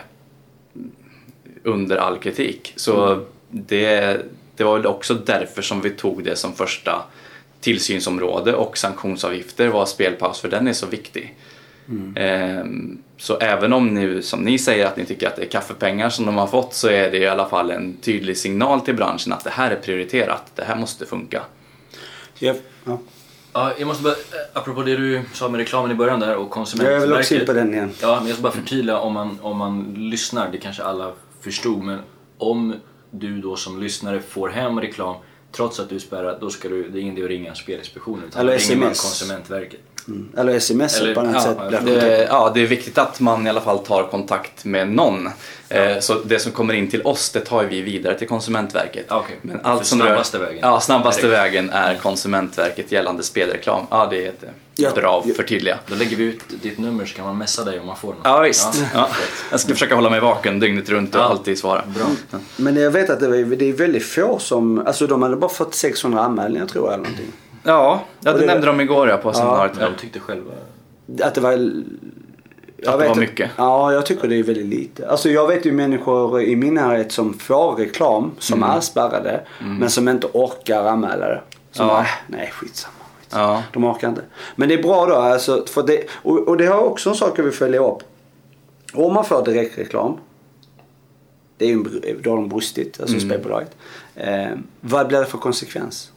under all kritik. Så mm. det, det var väl också därför som vi tog det som första tillsynsområde, och sanktionsavgifter var spelpaus, för den är så viktig. Mm. Ehm, så även om ni, som ni säger, att ni tycker att det är kaffepengar som de har fått, så är det i alla fall en tydlig signal till branschen att det här är prioriterat, det här måste funka. Yep. Ja. Ja, jag måste bara, apropå det du sa med reklamen i början där och Konsumentverket. Jag vill också in på den igen. Ja, men jag ska bara förtydliga om man, om man lyssnar, det kanske alla förstod, men om du då som lyssnare får hem reklam trots att du spärrar, då ska du, det är ingen idé att ringa Spelinspektionen, utan eller ringer man Konsumentverket. Mm. Eller sms eller, på något ja, sätt. Det, ja, det är viktigt att man i alla fall tar kontakt med någon. Ja. Eh, så det som kommer in till oss, det tar vi vidare till Konsumentverket. Okay. Men allt som snabbaste rör, vägen. Ja, snabbaste vägen är Konsumentverket gällande spelreklam. Ja, det är ett ja. bra för tydliga. Då lägger vi ut ditt nummer så kan man messa dig om man får något. Ja, visst. Ja. Ja. Jag ska försöka hålla mig vaken dygnet runt och ja. alltid svara. Bra. Ja. Men jag vet att det är, det är väldigt få som, alltså de hade bara fått sexhundra anmälningar tror jag eller någonting. Ja, ja det, det nämnde de igår ja, på seminariet. Ja, de tyckte själva att det var, jag att det var mycket. Ja, jag tycker det är väldigt lite. Alltså jag vet ju människor i min närhet som får reklam som mm. är spärrade mm. men som inte orkar anmäla det. Som ja. bara, nej skitsamma. skitsamma. Ja. De orkar inte. Men det är bra då alltså, för det, och, och det har också en sak jag vill följa upp. Om man får direktreklam, det är ju, då har de brustit, alltså mm. spelbolaget. Eh, vad blir det för konsekvens?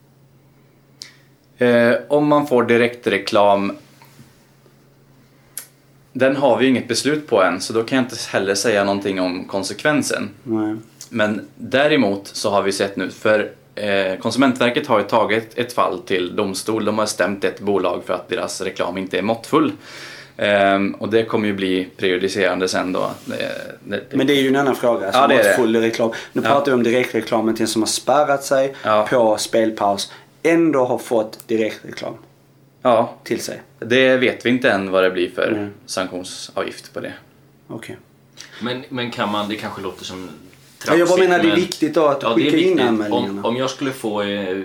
Eh, om man får direktreklam, den har vi ju inget beslut på än, så då kan jag inte heller säga någonting om konsekvensen. Nej. Men däremot så har vi sett nu, för eh, Konsumentverket har ju tagit ett fall till domstol. De har stämt ett bolag för att deras reklam inte är måttfull. Um, och det kommer ju bli prejudicerande sen då. Det, det, Men det är ju en annan fråga. Alltså ja, det är full reklam. Nu ja. pratar vi om direktreklamen till en som har spärrat sig ja. på spelpaus. Ändå har fått direktreklam. ja. till sig. Det vet vi inte än vad det blir för mm. sanktionsavgift på det. Okej. Okay. Men, men kan man, det kanske låter som trapsigt, jag bara menar det är viktigt då att ja, skicka in anmälningarna. Om, om jag skulle få, eh,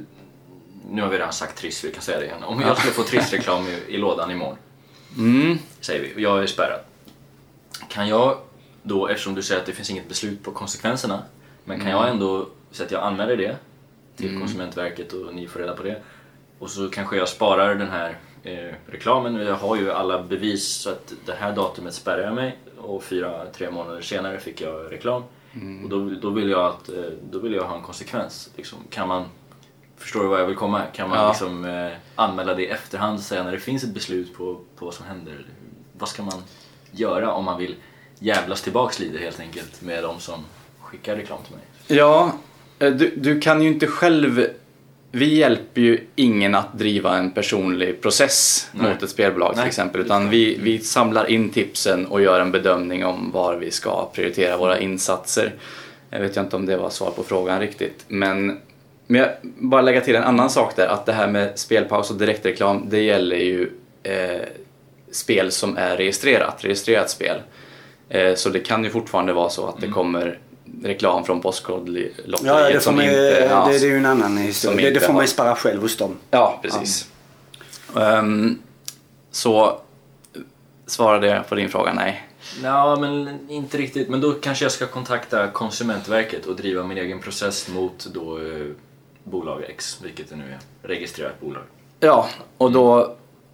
nu har vi redan sagt Triss, vi kan säga det igen. Om jag skulle få Triss-reklam i, i lådan imorgon, mm. säger vi, jag är spärrad. Kan jag då, eftersom du säger att det finns inget beslut på konsekvenserna, men kan mm. jag ändå så att jag anmäler det till mm. Konsumentverket och ni får reda på det. Och så kanske jag sparar den här eh, reklamen. Jag har ju alla bevis så att det här datumet spärrar jag mig. Och fyra, tre månader senare fick jag reklam. Mm. Och då, då, vill jag att, eh, då vill jag ha en konsekvens. Liksom, kan man, förstår du vad jag vill komma här? Kan man ja. liksom, eh, anmäla det i efterhand sen när det finns ett beslut på, på vad som händer? Vad ska man göra om man vill jävlas tillbaks lite helt enkelt med de som skickar reklam till mig? Ja, du, du kan ju inte själv... Vi hjälper ju ingen att driva en personlig process Nej. mot ett spelbolag till Nej. exempel. Utan vi, vi samlar in tipsen och gör en bedömning om var vi ska prioritera våra insatser. Jag vet inte om det var svar på frågan riktigt. Men, men jag bara lägga till en annan sak där. Att det här med spelpaus och direktreklam, det gäller ju eh, spel som är registrerat. Registrerat spel. Eh, så det kan ju fortfarande vara så att det kommer... reklam från Postkodlotteriet ja, det, som man, inte, ja, det, det är ju en annan historia. Det, det får man ju spara själv hos dem. Ja, precis. Ja. Um, så svarade jag på din fråga, nej. Ja, men inte riktigt. Men då kanske jag ska kontakta Konsumentverket och driva min egen process mot då eh, bolag X, vilket det nu är. Registrerat bolag. Ja, och då...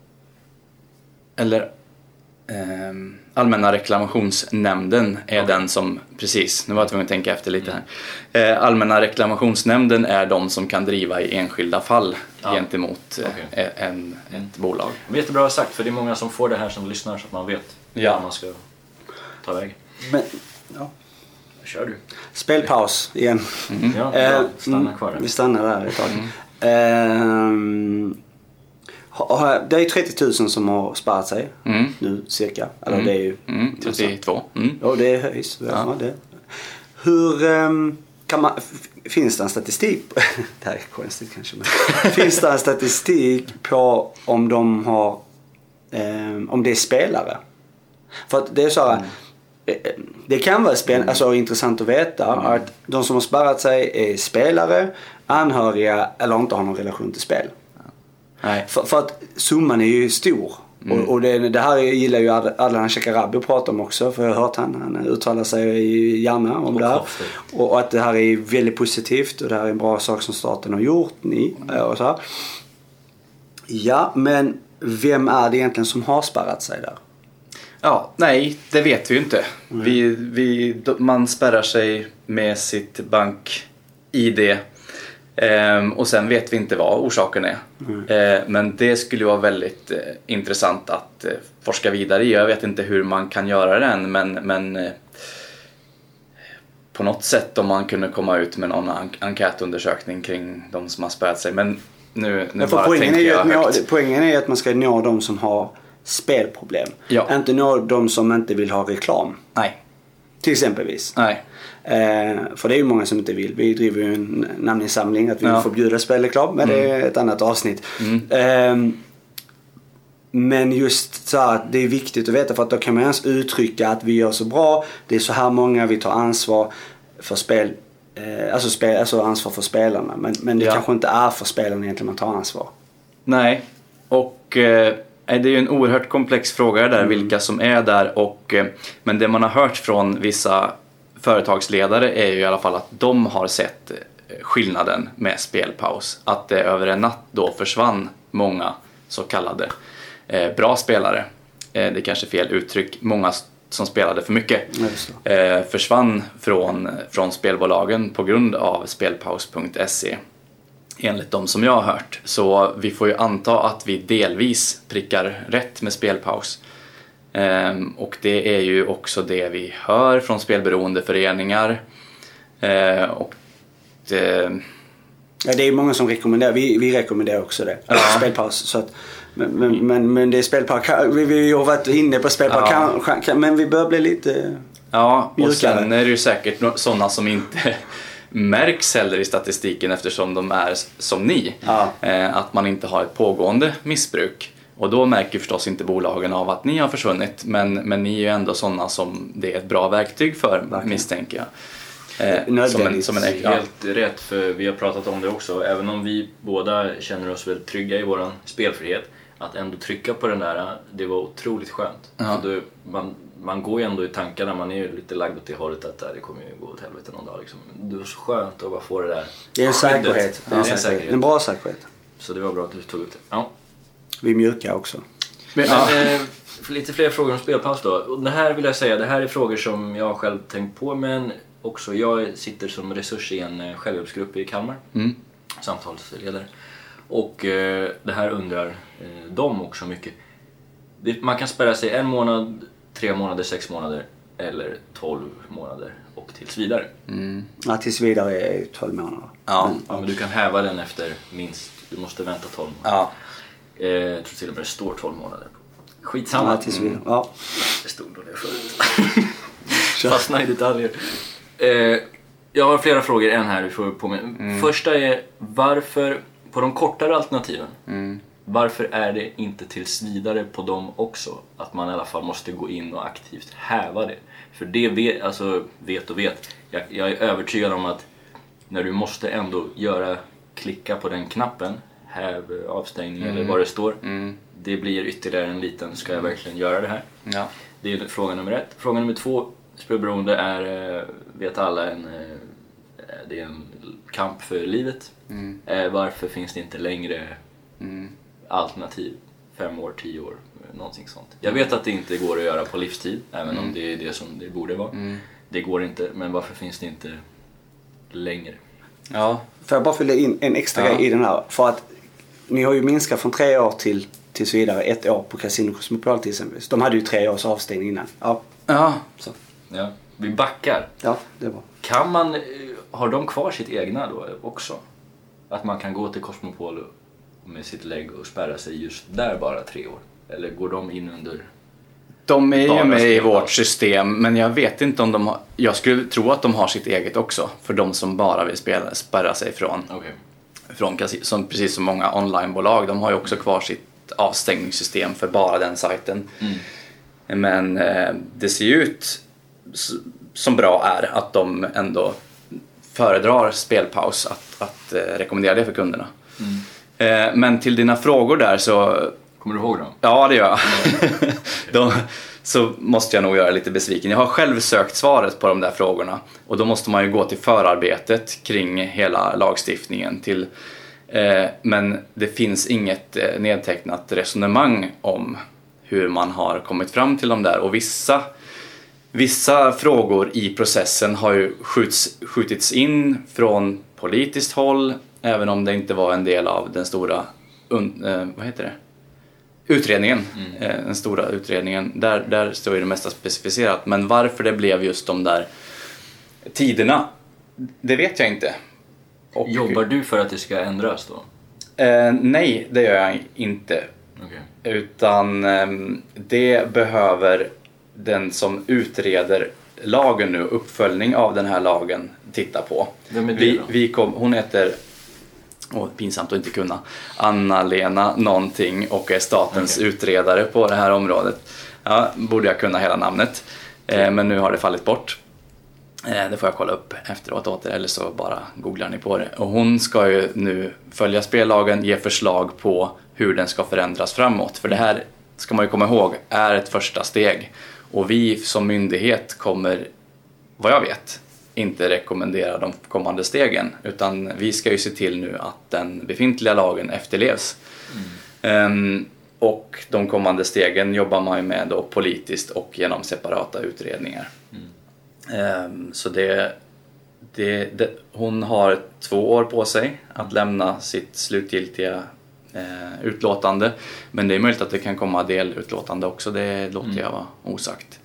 Eller... Um, Allmänna reklamationsnämnden är ja. den som, precis, nu var jag tvungen att tänka efter lite här. Eh, Allmänna reklamationsnämnden är de som kan driva i enskilda fall ja. gentemot okay. eh, en, ett bolag. Men jättebra sagt, för det är många som får det här som lyssnar så att man vet ja. vad man ska ta väg. Men, ja. Kör du. Spelpaus igen. Mm. Ja, eh, stanna kvar där. Vi stannar där ett tag. Mm. Eh, Det är trettio tusen som har sparat sig mm. nu cirka. Eller mm. det är ju mm. trettiotvå. Mm. Ja, det är höjs. Ja. Ja, det. Hur um, kan man, finns det en statistik? Det här är konstigt kanske. Men finns det en statistik på om de har um, om det är spelare? För att det är så här, mm. det kan vara spel, alltså, intressant att veta mm. att de som har sparat sig är spelare, anhöriga eller inte har någon relation till spel. Nej. För, för att summan är ju stor. Mm. Och, och det, det här gillar ju Adnan Shekarabi att prata om också. För jag har hört han, han uttalar sig gärna om och det här. Och, och att det här är väldigt positivt. Och det här är en bra sak som staten har gjort. Ni, och så här. Ja, men vem är det egentligen som har spärrat sig där? Ja, nej, det vet vi ju inte. Mm. Vi, vi, man spärrar sig med sitt bank-I D. Ehm, och sen vet vi inte vad orsaken är. Mm. Ehm, men det skulle vara väldigt eh, intressant att eh, forska vidare i. Jag vet inte hur man kan göra det än, men, men eh, på något sätt om man kunde komma ut med någon en- enkätundersökning kring de som har spärrat sig. Men nu, nu bara tänker jag nå, högt. Poängen är att man ska nå de som har spelproblem. Ja. Inte nå de som inte vill ha reklam. Nej. Till exempelvis. Nej. Eh, för det är ju många som inte vill. Vi driver ju en namninsamling att vi ja. förbjuder spelreklam, men mm. det är ett annat avsnitt. Mm. Eh, men just så att det är viktigt att veta, för att då kan man ens uttrycka att vi gör så bra. Det är så här många, vi tar ansvar för spel, eh, alltså, spel, alltså ansvar för spelarna. Men, men det ja. kanske inte är för spelarna egentligen man tar ansvar. Nej, och eh, det är ju en oerhört komplex fråga där, mm. vilka som är där. Och, eh, men det man har hört från vissa företagsledare är ju i alla fall att de har sett skillnaden med spelpaus. Att det över en natt då försvann många så kallade eh, bra spelare. Eh, det är kanske fel uttryck. Många som spelade för mycket eh, försvann från, från spelbolagen på grund av spelpaus punkt se. Enligt de som jag har hört. Så vi får ju anta att vi delvis prickar rätt med spelpaus. Um, och det är ju också det vi hör från spelberoende föreningar. Uh, och det... Ja, det är många som rekommenderar. Vi, vi rekommenderar också det. Ja. Spelpaus. Så att, men, men, men, men det är spelpaus. Vi, vi har varit inne på spelpaus. Ja. Kan, kan, men vi bör bli lite ja, och mjukare. sen är det ju säkert sådana som inte märks heller i statistiken eftersom de är som ni. Ja. Eh, att man inte har ett pågående missbruk. Och då märker förstås inte bolagen av att ni har försvunnit. Men, men ni är ju ändå sådana som det är ett bra verktyg för, Verkligen. misstänker jag. Eh, som en, som en, ja. Helt rätt, för vi har pratat om det också. Även om vi båda känner oss väldigt trygga i våran spelfrihet, att ändå trycka på den där, det var otroligt skönt. Ja. Då, man, man går ju ändå i tankarna, man är ju lite lagd åt det hållet att det kommer ju gå åt helvete någon dag liksom. Det var så skönt att bara få det där. Det är en säkerhet. Det är en, säkerhet. en bra säkerhet. Så det var bra att du tog upp det. Ja. Vi är mjuka också. Men, ja. eh, lite fler frågor om spelpaus då. Och det här vill jag säga, det här är frågor som jag själv tänkt på, men också jag sitter som resurs i en självhjälpsgrupp i Kalmar. Mm. Samtalsledare. Och eh, det här undrar eh, de också mycket. Det, man kan spärra sig en månad, tre månader, sex månader eller tolv månader och tills vidare. Mm. Ja, tills vidare är ju tolv månader. Ja, men, ja, men du kan häva den efter minst, du måste vänta tolv månader. Ja. Eh, jag tror till och med det står tolv månader. Skitsamma. Ja, tills vidare. Ja. Det stod då det förut. Fastna i detaljer. Eh, jag har flera frågor, en här du får på mig. Mm. Första är, varför på de kortare alternativen, mm. varför är det inte tills vidare på dem också? Att man i alla fall måste gå in och aktivt häva det. För det vet, alltså, vet och vet. Jag, jag är övertygad om att när du måste ändå göra, klicka på den knappen, häv avstängning mm. eller vad det står. Mm. Det blir ytterligare en liten, ska jag verkligen göra det här? Ja. Det är fråga nummer ett. Fråga nummer två, spelberoende är, vet alla, en, det är en kamp för livet. Mm. Varför finns det inte längre mm. alternativ? Fem år, tio år, någonting sånt. Jag vet att det inte går att göra på livstid, även mm. om det är det som det borde vara. Mm. Det går inte, men varför finns det inte längre? Ja. Får jag bara fylla in en extra ja. grej i den här? För att ni har ju minskat från tre år till tills vidare ett år på Casino Cosmopol till exempel. De hade ju tre års avstängning innan. Ja. Ja. Så. Ja. Vi backar. Ja, det var. Kan man, har de kvar sitt egna då också? Att man kan gå till Cosmopol med sitt lägg och spärra sig just där bara tre år? Eller går de in under... De är ju med i vårt system, men jag vet inte om de har... Jag skulle tro att de har sitt eget också, för de som bara vill spela, spärra sig från... Okay. Från som, precis som många onlinebolag, de har ju också kvar sitt avstängningssystem för bara den sajten. Mm. Men eh, det ser ju ut som bra är att de ändå föredrar spelpaus, att, att eh, rekommendera det för kunderna. Mm. Eh, men till dina frågor där så... Kommer du ihåg dem? Ja, det gör jag. de, så måste jag nog göra lite besviken. Jag har själv sökt svaret på de där frågorna. Och då måste man ju gå till förarbetet kring hela lagstiftningen. Till, eh, men det finns inget eh, nedtecknat resonemang om hur man har kommit fram till de där. Och vissa, vissa frågor i processen har ju skjuts, skjutits in från politiskt håll. Även om det inte var en del av den stora... Un, eh, vad heter det? Utredningen, mm. den stora utredningen, där, där står ju det mesta specificerat. Men varför det blev just de där tiderna, det vet jag inte. Och, jobbar du för att det ska ändras då? Eh, nej, det gör jag inte. Okay. Utan eh, det behöver den som utreder lagen nu, uppföljning av den här lagen, titta på. Vem är det vi, då? vi kom, hon heter... Oh, pinsamt att inte kunna. Anna-Lena någonting och är statens okay. utredare på det här området. Ja, borde jag kunna hela namnet. Eh, men nu har det fallit bort. Eh, det får jag kolla upp efteråt åter, eller så bara googlar ni på det. Och hon ska ju nu följa spellagen, ge förslag på hur den ska förändras framåt. För det här, ska man ju komma ihåg, är ett första steg. Och vi som myndighet kommer, vad jag vet, inte rekommendera de kommande stegen, utan vi ska ju se till nu att den befintliga lagen efterlevs. Mm. Um, och de kommande stegen jobbar man ju med då politiskt och genom separata utredningar. Mm. Um, så det, det, det, hon har två år på sig att lämna sitt slutgiltiga uh, utlåtande, men det är möjligt att det kan komma delutlåtande också, det låter mm. jag vara osagt.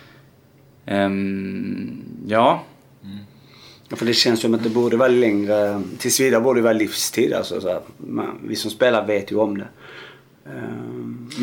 Mm. Um, ja. Mm. För det känns som att det borde vara längre, tills vidare borde det vara livstid. Alltså, så här, man, vi som spelar vet ju om det. Um,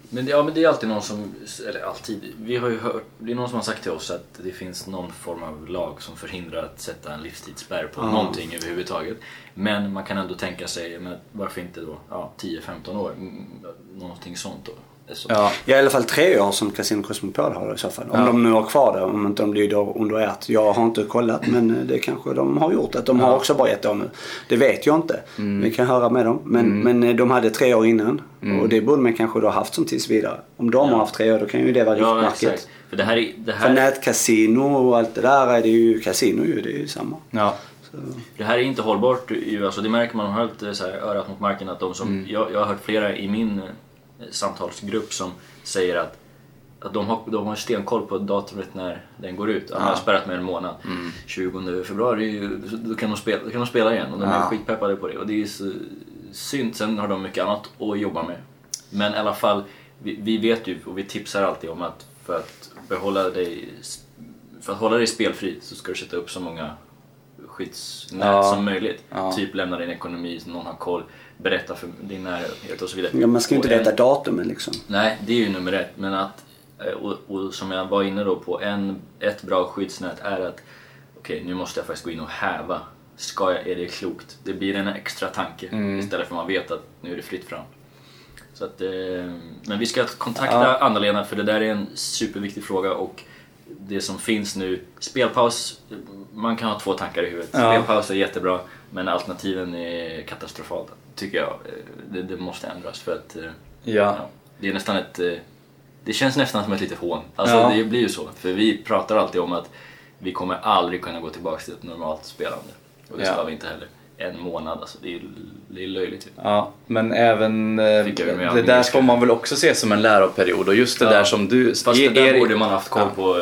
Men det, ja, men det är alltid någon som, eller alltid, vi har ju hört, det är någon som har sagt till oss att det finns någon form av lag som förhindrar att sätta en livstidsspärr på mm. någonting överhuvudtaget. Men man kan ändå tänka sig, men varför inte då ja, tio femton år, någonting sånt då. Så. Ja. ja, i alla fall tre år som Casino Cosmopol har i så fall. Om ja. de nu har kvar det, om inte de blir då under ett. Jag har inte kollat, men det kanske de har gjort. Att de ja. har också bara ett år nu. Det vet jag inte. Mm. Vi kan höra med dem. Men, mm. men de hade tre år innan. Mm. Och det borde man kanske då haft som tills vidare. Om de ja. har haft tre år, då kan ju det vara ja, riktmärket. För det här är, det här... För nätkasino och allt det där är det ju kasino ju. Det är ju samma. Ja. Så. Det här är inte hållbart. Alltså det märker man har lite så här örat mot marken. Att de som, mm. jag, jag har hört flera i min samtalsgrupp som säger att, att de, har, de har stenkoll på datumet när den går ut. De har ja. spärrat med en månad. Mm. tjugonde februari, då kan de spela, då kan de spela igen. Och de ja. är skitpeppade på det. Och det är så synd. Sen har de mycket annat att jobba med. Men i alla fall, vi, vi vet ju och vi tipsar alltid om att för att behålla dig, för att hålla dig spelfri så ska du sätta upp så många skyddsnät ja. som möjligt. Ja. Typ lämna din ekonomi så någon har koll. Berätta för din närhet och så vidare. Ja, man ska ju inte veta datumen liksom. Nej, det är ju nummer ett. Men att, och, och som jag var inne då på, en, ett bra skyddsnät är att okej, okay, nu måste jag faktiskt gå in och häva. Ska jag, är det klokt? Det blir en extra tanke mm. istället för att man vet att nu är det fritt fram. Så att, eh, men vi ska kontakta ja. Anna-Lena för det där är en superviktig fråga och det som finns nu, spelpaus, man kan ha två tankar i huvudet. Ja. Spelpaus är jättebra, men alternativen är katastrofalt, tycker jag. Det, det måste ändras för att ja. Ja, det är nästan ett, det känns nästan som ett litet hån. Alltså ja. det blir ju så, för vi pratar alltid om att vi kommer aldrig kunna gå tillbaka till ett normalt spelande. Och det ska ja. vi inte heller. En månad, alltså det är, det är löjligt. Ja, men även det där får man väl också se som en läroperiod och just det ja. där som du... Fast det där borde man haft koll på.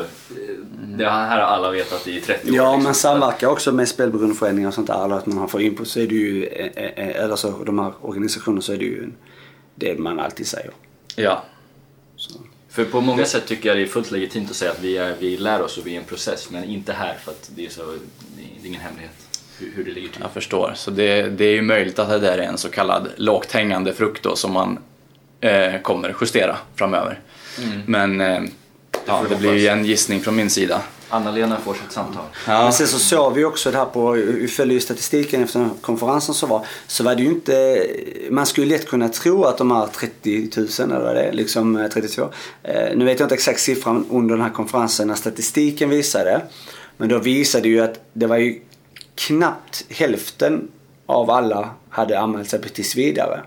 Det här har alla vetat i trettio år. Ja, liksom. man samverkar också med spelberoendeföreningar och sånt där. Eller att man har fått input så är det ju, eller så de här organisationerna så är det ju det man alltid säger. Ja. Så. För på många sätt tycker jag det är fullt legitimt att säga att vi, är, vi lär oss och vi är en process, men inte här för att det är, så, det är ingen hemlighet. Hur, hur det ligger till. Jag förstår. Så det, det är ju möjligt att det där är en så kallad lågt hängande frukt då, som man eh, kommer justera framöver. Mm. Men eh, det, ja, det blir ju en gissning från min sida. Anna-Lena får sitt samtal. Ja. Men sen så såg vi också det här på, vi följde ju statistiken efter konferensen så var, så var det ju inte, man skulle lätt kunna tro att de här trettio tusen eller vad det är, liksom trettiotvå. Eh, nu vet jag inte exakt siffran under den här konferensen när statistiken visade. Men då visade ju att det var ju knappt hälften av alla hade anmält sig på tills vidare.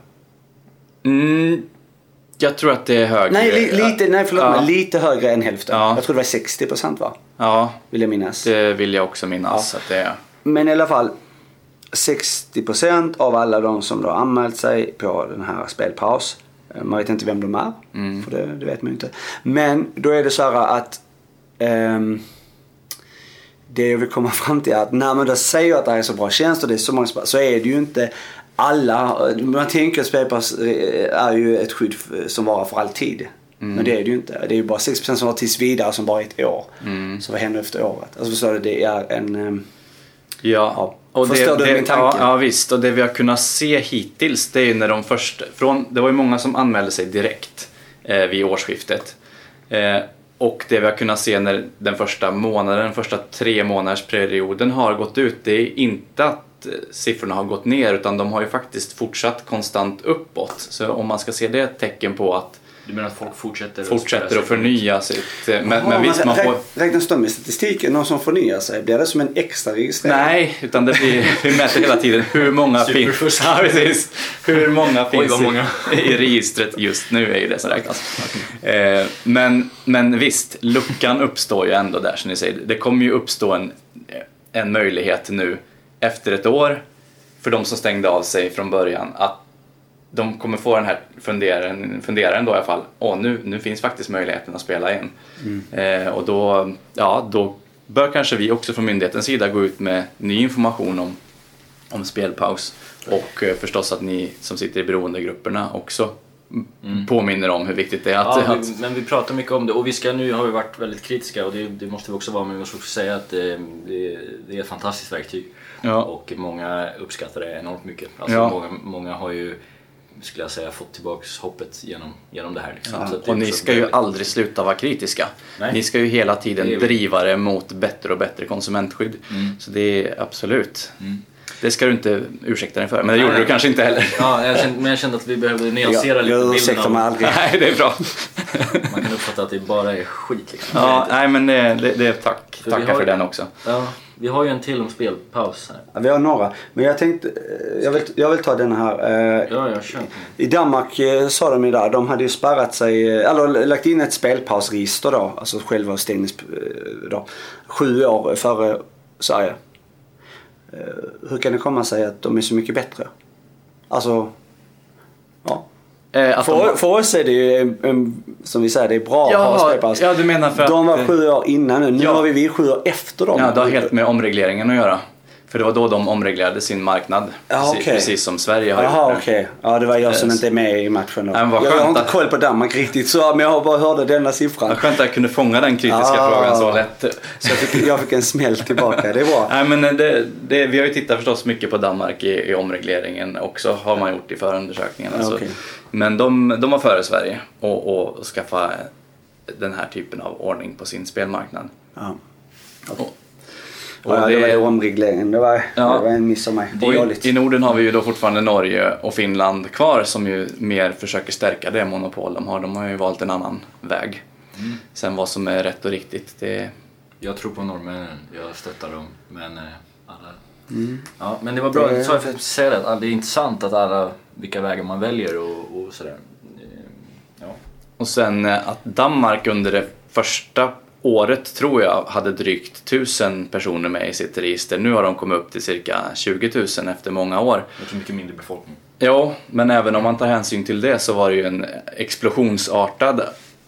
Mm, jag tror att det är högre. Nej, li, lite, nej förlåt ja. mig, lite högre än hälften. Ja. Jag tror det var sextio procent va? Ja, vill jag minnas. Det vill jag också minnas ja. att det är. Men i alla fall sextio procent av alla de som då anmält sig på den här spelpaus. Man vet inte vem de är, mm. för det, det vet man ju inte. Men då är det så här att um, det jag vill komma fram till är att när man då säger att det här är så bra tjänst och det är så många så är det ju inte alla. Man tänker att spelpaus är ju ett skydd som varar för all tid. Mm. Men det är det ju inte. Det är ju bara sex procent som har tills vidare som bara är ett år. Mm. Så vad händer efter året? Alltså förstår du, det är en... Ja, ja. Och förstår det, du min tanke? Ja, ja visst. Och det vi har kunnat se hittills det är ju när de först... Från, det var ju många som anmälde sig direkt eh, vid årsskiftet. Eh, Och det vi har kunnat se när den första månaden, den första tre månaders perioden har gått ut, det är inte att siffrorna har gått ner utan de har ju faktiskt fortsatt konstant uppåt. Så om man ska se det ett tecken på att du menar att folk fortsätter, fortsätter att förnya sitt... Men, Aha, men visst, man får... Räknas de med statistiken? Någon som förnyar sig? Blir det som en extra registrering? Nej, utan det blir, vi mäter hela tiden hur många finns, ja, precis, hur många finns Oj, många. I, i registret just nu är ju det som räknas. eh, men, men visst, luckan uppstår ju ändå där som ni säger. Det kommer ju uppstå en, en möjlighet nu efter ett år för de som stängde av sig från början att de kommer få den här funderaren, funderaren då i alla fall. Åh, nu, nu finns faktiskt möjligheten att spela in. Mm. Eh, och då, ja, då bör kanske vi också från myndighetens sida gå ut med ny information om, om spelpaus. Och eh, förstås att ni som sitter i beroendegrupperna också mm. påminner om hur viktigt det är. Att, ja, att... Vi, men vi pratar mycket om det. Och vi ska, nu har vi varit väldigt kritiska och det, det måste vi också vara. Men vi måste också säga att det, det, det är ett fantastiskt verktyg. Ja. Och många uppskattar det enormt mycket. Alltså, ja. många, många har ju skulle jag säga, fått tillbaks hoppet genom, genom det här. Liksom. Ja. Så att det och ni ska ju aldrig sluta vara kritiska. Nej. Ni ska ju hela tiden det driva det mot bättre och bättre konsumentskydd. Mm. Så det är absolut. Mm. Det ska du inte ursäkta dig för, men det nej, gjorde nej. du kanske inte heller. Ja, jag kände, men jag kände att vi behövde nyansera jag, lite jag bilden av... mig aldrig. Nej, det är bra. Man kan uppfatta att det bara är skit liksom. Ja, nej men det, det, det är tack. För Tackar för den också. Ja, vi har ju en till om spelpaus här. Ja, vi har några, men jag tänkte, jag vill, jag vill ta den här. Ja, jag kör. I Danmark sa de ju där, de hade ju spärrat sig, eller lagt in ett spelpausregister då, alltså själva stängning då, sju år före Sverige. Hur kan det komma sig att de är så mycket bättre? Alltså, ja. Eh, för, de... för oss är det ju, en, en, som vi säger, det är bra ja, att ha spelpaus. Ja, du menar för de var att, sju år innan nu, nu ja. har vi vi sju år efter dem. Ja, det har helt med omregleringen att göra. För det var då de omreglerade sin marknad. Ja, precis, okay. precis som Sverige har Aha, gjort. Okay. Ja, det var jag som inte är med i matchen då. Ja, jag har inte koll på Danmark riktigt, så, men jag har bara hört denna siffran. Jag skönt att jag kunde fånga den kritiska ja, frågan så lätt. Så jag fick, jag fick en smäll tillbaka, det är bra. Nej, men det, det, vi har ju tittat förstås mycket på Danmark i, i omregleringen också, har man gjort i förundersökningen. Ja, okay. Men de, de var före Sverige och, och skaffa den här typen av ordning på sin spelmarknad. Ja. Okay. Och, Och ja, det, det var ju omregleringen. Det var, ja, det var en miss av mig. I, I Norden har vi ju då fortfarande Norge och Finland kvar som ju mer försöker stärka det monopol de har. De har ju valt en annan väg. Mm. Sen vad som är rätt och riktigt, det... Jag tror på norrmännen. Jag stöttar dem. Men alla... Mm. Ja, men det var bra. Det... Så jag för att säga det. Det är intressant att alla, vilka vägar man väljer och, och sådär. Ja. Och sen att Danmark under det första året tror jag hade drygt tusen personer med i sitt register. Nu har de kommit upp till cirka tjugo tusen efter många år. Det är mycket mindre befolkning. Ja, men även om man tar hänsyn till det så var det ju en explosionsartad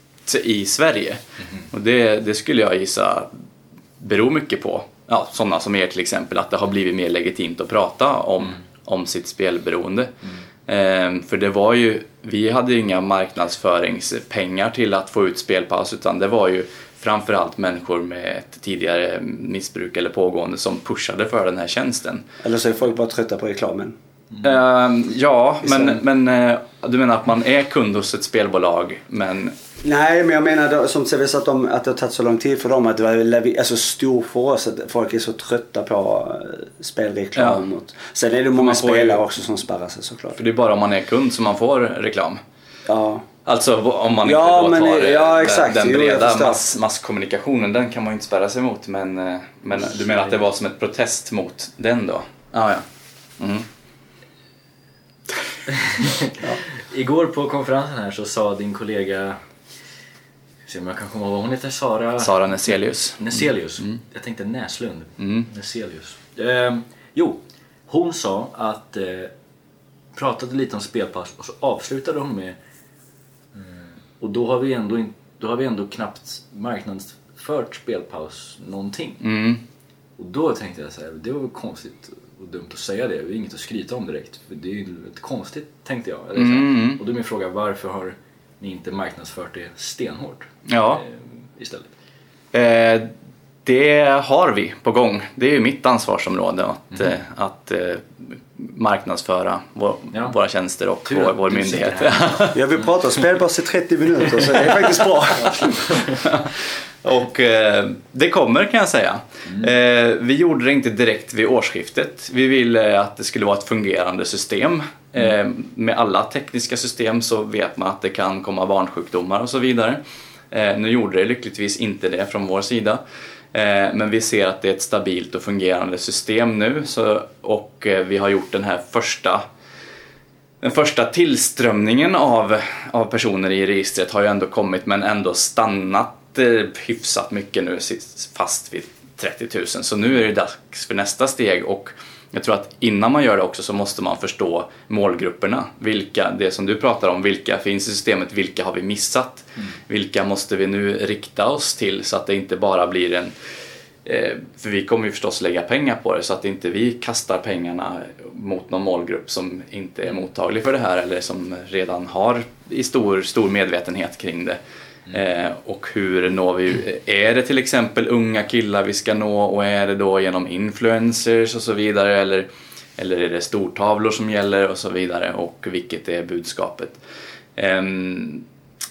i Sverige. Mm-hmm. Och det, det skulle jag gissa beror mycket på ja, sådana som er till exempel, att det har blivit mer legitimt att prata om, mm. om sitt spelberoende. Mm. Ehm, för det var ju, vi hade ju inga marknadsföringspengar till att få ut spelpaus, utan det var ju framförallt människor med ett tidigare missbruk eller pågående som pushade för den här tjänsten. Eller så är folk bara trötta på reklamen. Mm. Uh, ja, men, men uh, du menar att man är kund hos ett spelbolag, men... Nej, men jag menar som sägs att, de, att det har tagit så lång tid för dem, att det var alltså, stor för oss att folk är så trötta på uh, spelreklam. Ja. Sen är det många spelare ju... också som spärrar sig såklart. För det är bara om man är kund som man får reklam. Ja. Alltså om man ja, inte då men, tar ja, exakt. den breda mass, masskommunikationen, den kan man ju inte spärra sig mot. Men, men du menar att det var som ett protest mot den då? Ah, ja, mm. ja. Igår på konferensen här så sa din kollega, se om jag kan komma ihåg vad hon heter, Sara Sara Näselius. Näselius. Mm. Jag tänkte Näslund. Mm. Näselius. Eh, jo, hon sa att eh, pratade lite om spelpaus och så avslutade hon med och då har vi ändå in, då har vi ändå knappt marknadsfört spelpaus någonting. Mm. Och då tänkte jag så här, det var konstigt och dumt att säga det. Det är inget att skryta om direkt. För det är ju lite konstigt, tänkte jag. Eller så mm. Och då är min fråga, varför har ni inte marknadsfört det stenhårt ja. eh, istället? Eh, det har vi på gång. Det är ju mitt ansvarsområde att, mm. eh, att eh, marknadsföra vår, ja. våra tjänster och Tur, vår, vår myndighet. Jag vill prata spelpaus i trettio minuter, så det är faktiskt bra. Och eh, det kommer, kan jag säga. Mm. Eh, vi gjorde det inte direkt vid årsskiftet. Vi ville att det skulle vara ett fungerande system. Mm. Eh, med alla tekniska system så vet man att det kan komma barnsjukdomar och så vidare. Eh, nu gjorde det lyckligtvis inte det från vår sida. Eh, men vi ser att det är ett stabilt och fungerande system nu. Så, och eh, vi har gjort den här första... Den första tillströmningen av, av personer i registret har ju ändå kommit, men ändå stannat hyfsat mycket nu, fast vid trettio tusen. Så nu är det dags för nästa steg, och jag tror att innan man gör det också så måste man förstå målgrupperna. Vilka, det som du pratar om, vilka finns i systemet, vilka har vi missat? Mm. Vilka måste vi nu rikta oss till så att det inte bara blir en... För vi kommer ju förstås lägga pengar på det, så att inte vi kastar pengarna mot någon målgrupp som inte är mottaglig för det här eller som redan har i stor, stor medvetenhet kring det. Mm. Eh, och hur når vi, är det till exempel unga killar vi ska nå, och är det då genom influencers och så vidare, eller eller är det stortavlor som gäller och så vidare, och vilket är budskapet. Um,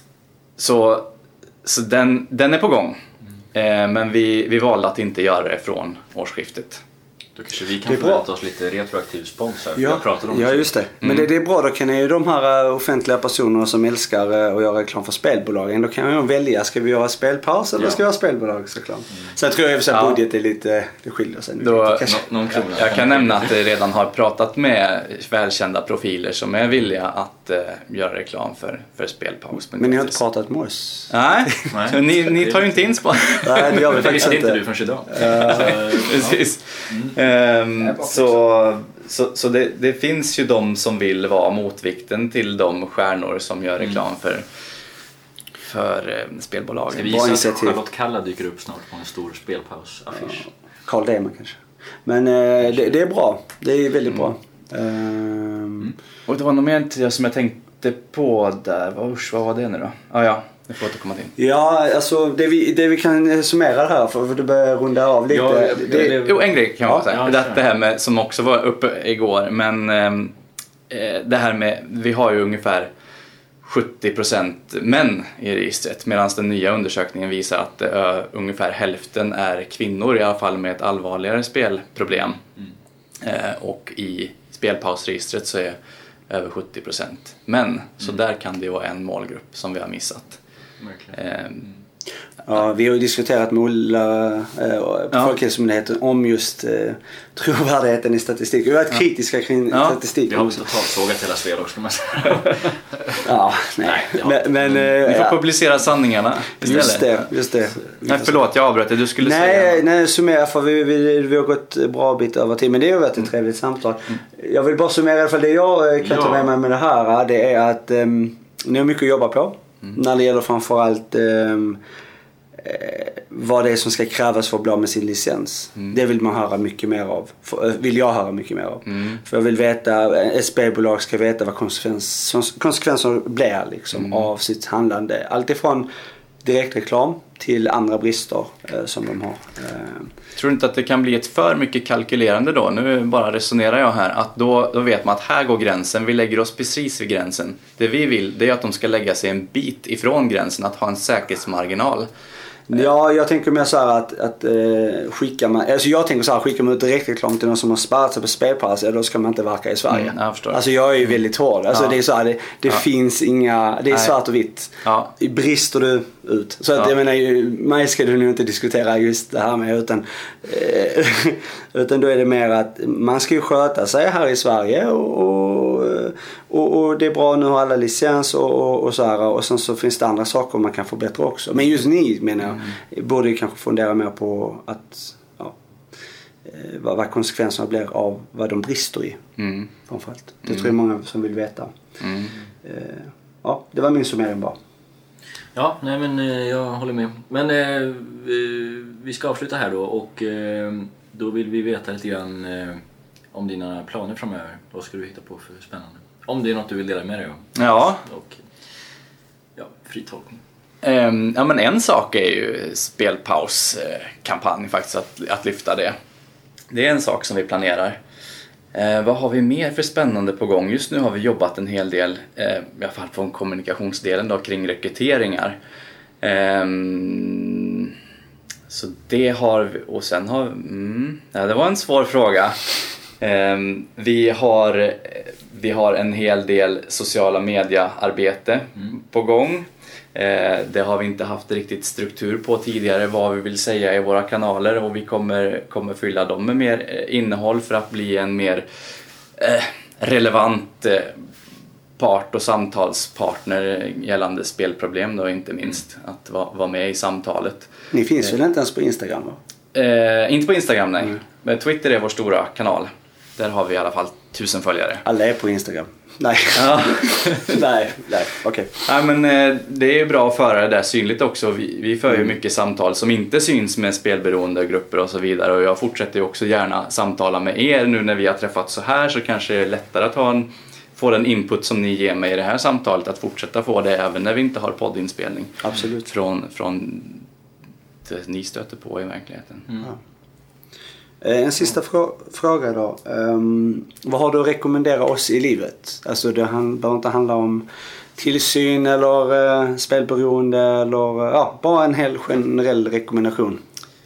så så den, den är på gång, mm. uh, men vi, vi valde att inte göra det från årsskiftet. Då kanske vi kan förvänta oss lite retroaktiv spons här. Ja, om ja just det. Men mm. det, det är bra, då kan ju de här offentliga personerna som älskar att göra reklam för spelbolagen, då kan jag välja, ska vi göra spelpaus eller ja. ska vi göra spelbolagsreklam? Mm. Sen tror jag att ja. budget är lite, det skiljer sig. Då, någon krona. Jag kan nämna att jag redan har pratat med välkända profiler som är villiga att uh, göra reklam för, för spelpaus. Men, men ni har inte pratat med oss? Nej, Nej. ni, ni tar ju inte in spår. Nej, det gör vi faktiskt inte. inte du förrän idag. Uh, Precis. Mm. Um, så så, så det, det finns ju de som vill vara motvikten till de stjärnor som gör reklam mm. för, för um, spelbolagen. Ska vi gissa att Charlotte Kalla dyker upp snart på en stor spelpaus-affisch? Ja, Carl Deman kanske. Men uh, det, det är bra. Det är väldigt bra. Mm. Um, Och det var nog mer som jag tänkte på där. Vad, usch, vad var det nu då? Ah, ja. Det får återkomma till. Ja, alltså det vi, det vi kan summera här för, för att börja runda av lite. Ja, det, det, det, jo, en grej kan jag ja, säga. Ja, det, det här med, som också var uppe igår. Men eh, det här med, vi har ju ungefär sjuttio procent män i registret. Medan den nya undersökningen visar att uh, ungefär hälften är kvinnor, i alla fall med ett allvarligare spelproblem. Mm. Eh, och i spelpausregistret så är över sjuttio procent män. Mm. Så där kan det ju vara en målgrupp som vi har missat. Mm. Ja, vi har ju diskuterat med Ulla eh, på ja. Folkhälsomyndigheten om just eh, trovärdigheten i statistik. Vi har varit ja. kritiska kring ja. statistik. Vi har totalt sågat hela Sverige också. Ja, nej. nej men, men, mm. Vi får ja. publicera sanningarna istället. Just det, just det. Nej, förlåt, jag avbröt det. Du skulle nej, säga... Nej, summera, för vi, vi, vi har gått bra bit över tid. Men det har varit ett trevligt samtal. Mm. Jag vill bara summera i alla fall det jag kan ja. ta med mig med det här. Det är att um, ni har mycket att jobba på. Mm. När det gäller framförallt um, vad det är som ska krävas för att bli av med sin licens. Mm. Det vill man höra mycket mer av. För, vill jag höra mycket mer av. Mm. För jag vill veta, ett spelbolag ska veta vad konsekvens, konsekvenser blir liksom, mm. av sitt handlande. Allt ifrån direktreklam till andra brister eh, som de har. Eh. Tror du inte att det kan bli ett för mycket kalkylerande då? Nu bara resonerar jag här. Att då, då vet man att här går gränsen. Vi lägger oss precis vid gränsen. Det vi vill, det är att de ska lägga sig en bit ifrån gränsen. Att ha en säkerhetsmarginal. Ja, jag tänker mer så här att, att eh, skicka man, alltså jag tänker så här, skickar man ut direktreklam till någon som har sparat sig på spelpass, då ska man inte verka i Sverige. Mm, jag förstår. Alltså jag är ju väldigt hård. Alltså ja. det är så här, det, det ja. finns inga, det är Nej. svart och vitt. Ja. Brister du ut. Så att ja. jag menar, mig ska du nu inte diskutera just det här med, utan eh, utan då är det mer att man ska ju sköta sig här i Sverige och, och, och det är bra, nu har alla licens och, och, och så här, och sen så finns det andra saker man kan förbättra också. Men just ni menar jag mm. borde kanske fundera mer på att ja, vad, vad konsekvenserna blir av vad de brister i. Mm. Framförallt. Det mm. tror jag många som vill veta. Mm. Ja, det var min summering bara. Ja, nej men jag håller med. Men eh, vi ska avsluta här då, och eh, då vill vi veta lite grann eh, om dina planer framöver. Vad ska du hitta på för spännande? Om det är något du vill dela med dig om. Ja. Och ja, fri tolkning. Um, ja, men en sak är ju spelpauskampanj uh, faktiskt, att, att lyfta det. Det är en sak som vi planerar. Uh, vad har vi mer för spännande på gång? Just nu har vi jobbat en hel del, uh, i alla fall från kommunikationsdelen då, kring rekryteringar. Um, så det har vi, och sen har mm, ja, det var en svår fråga. Um, vi har vi har en hel del sociala mediearbete mm. på gång. Eh, det har vi inte haft riktigt struktur på tidigare, vad vi vill säga i våra kanaler, och vi kommer, kommer fylla dem med mer innehåll för att bli en mer eh, relevant eh, part- och samtalspartner gällande spelproblem då, inte minst att vara va med i samtalet. Ni finns väl inte ens på Instagram då? Eh, inte på Instagram, nej. Mm. Men Twitter är vår stora kanal. Där har vi i alla fall tusen följare. Alla är på Instagram. Nej. Ja. nej, nej, okej. Okay. Ja, men eh, det är ju bra att föra det där synligt också. Vi, vi för ju mm. mycket samtal som inte syns med spelberoende grupper och så vidare. Och jag fortsätter ju också gärna samtala med er nu när vi har träffat så här, så kanske det är lättare att ha en, få den input som ni ger mig i det här samtalet, att fortsätta få det även när vi inte har poddinspelning. Absolut. Från, från det ni stöter på i verkligheten. Mm. Ja. En sista frå- fråga då. Um, vad har du att rekommendera oss i livet? Alltså det han, behöver inte handla om tillsyn eller uh, spelberoende eller uh, ja, bara en hel generell rekommendation.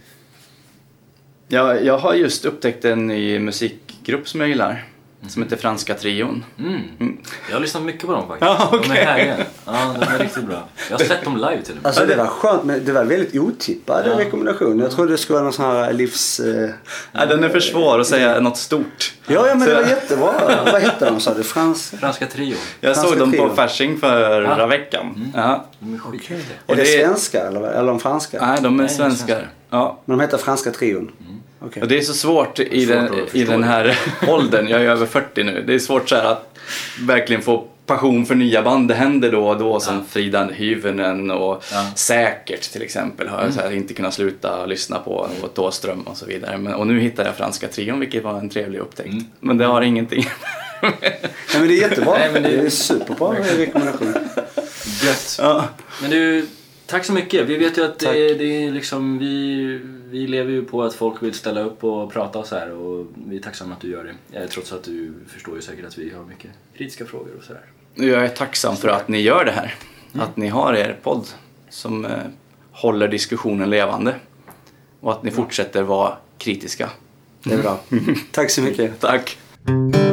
Ja, jag har just upptäckt en ny musikgrupp som jag gillar. Som heter Franska Trion. Mm. Mm. Jag har lyssnat mycket på dem faktiskt. Ja, okay. De är härliga. Ja, de är riktigt bra. Jag har sett dem live till och med. Alltså det var skönt, men det var väldigt otippad ja. rekommendation. Jag trodde det skulle vara någon sån här livs... Uh... Ja, den är för svår att säga något stort. Ja, ja men det var jättebra. Vad hette de, sa du? Frans... Franska Trion. Jag Franska såg dem Trion. på Fasching förra ja. veckan. Mm. Ja. De är skithäftiga. Är det, det svenska eller, eller de franska? Nej, de är svenskar. Ja. Men de heter Franska Trion. Mm. Okay. Och det är så svårt i, svårt den, i den här åldern, jag är över fyrtio nu. Det är svårt så här att verkligen få passion för nya band. Det händer då och då som ja. Frida Hyvönen och ja. Säkert till exempel. Har jag så här inte kunnat sluta lyssna på och Thåström och så vidare. Men, och nu hittar jag Franska Trion, vilket var en trevlig upptäckt. Mm. Men det har ingenting. Nej, men det är jättebra. Nej, men det är superbra rekommendation. Gött. Ja. Men du, tack så mycket. Vi vet ju att det, det är liksom vi, vi lever ju på att folk vill ställa upp och prata och så här, och vi är tacksamma att du gör det. Trots att du förstår ju säkert att vi har mycket kritiska frågor och så där. Jag är tacksam för att ni gör det här. Mm. Att ni har er podd som eh, håller diskussionen levande. Och att ni fortsätter vara kritiska. Det är bra. Tack så mycket. Tack.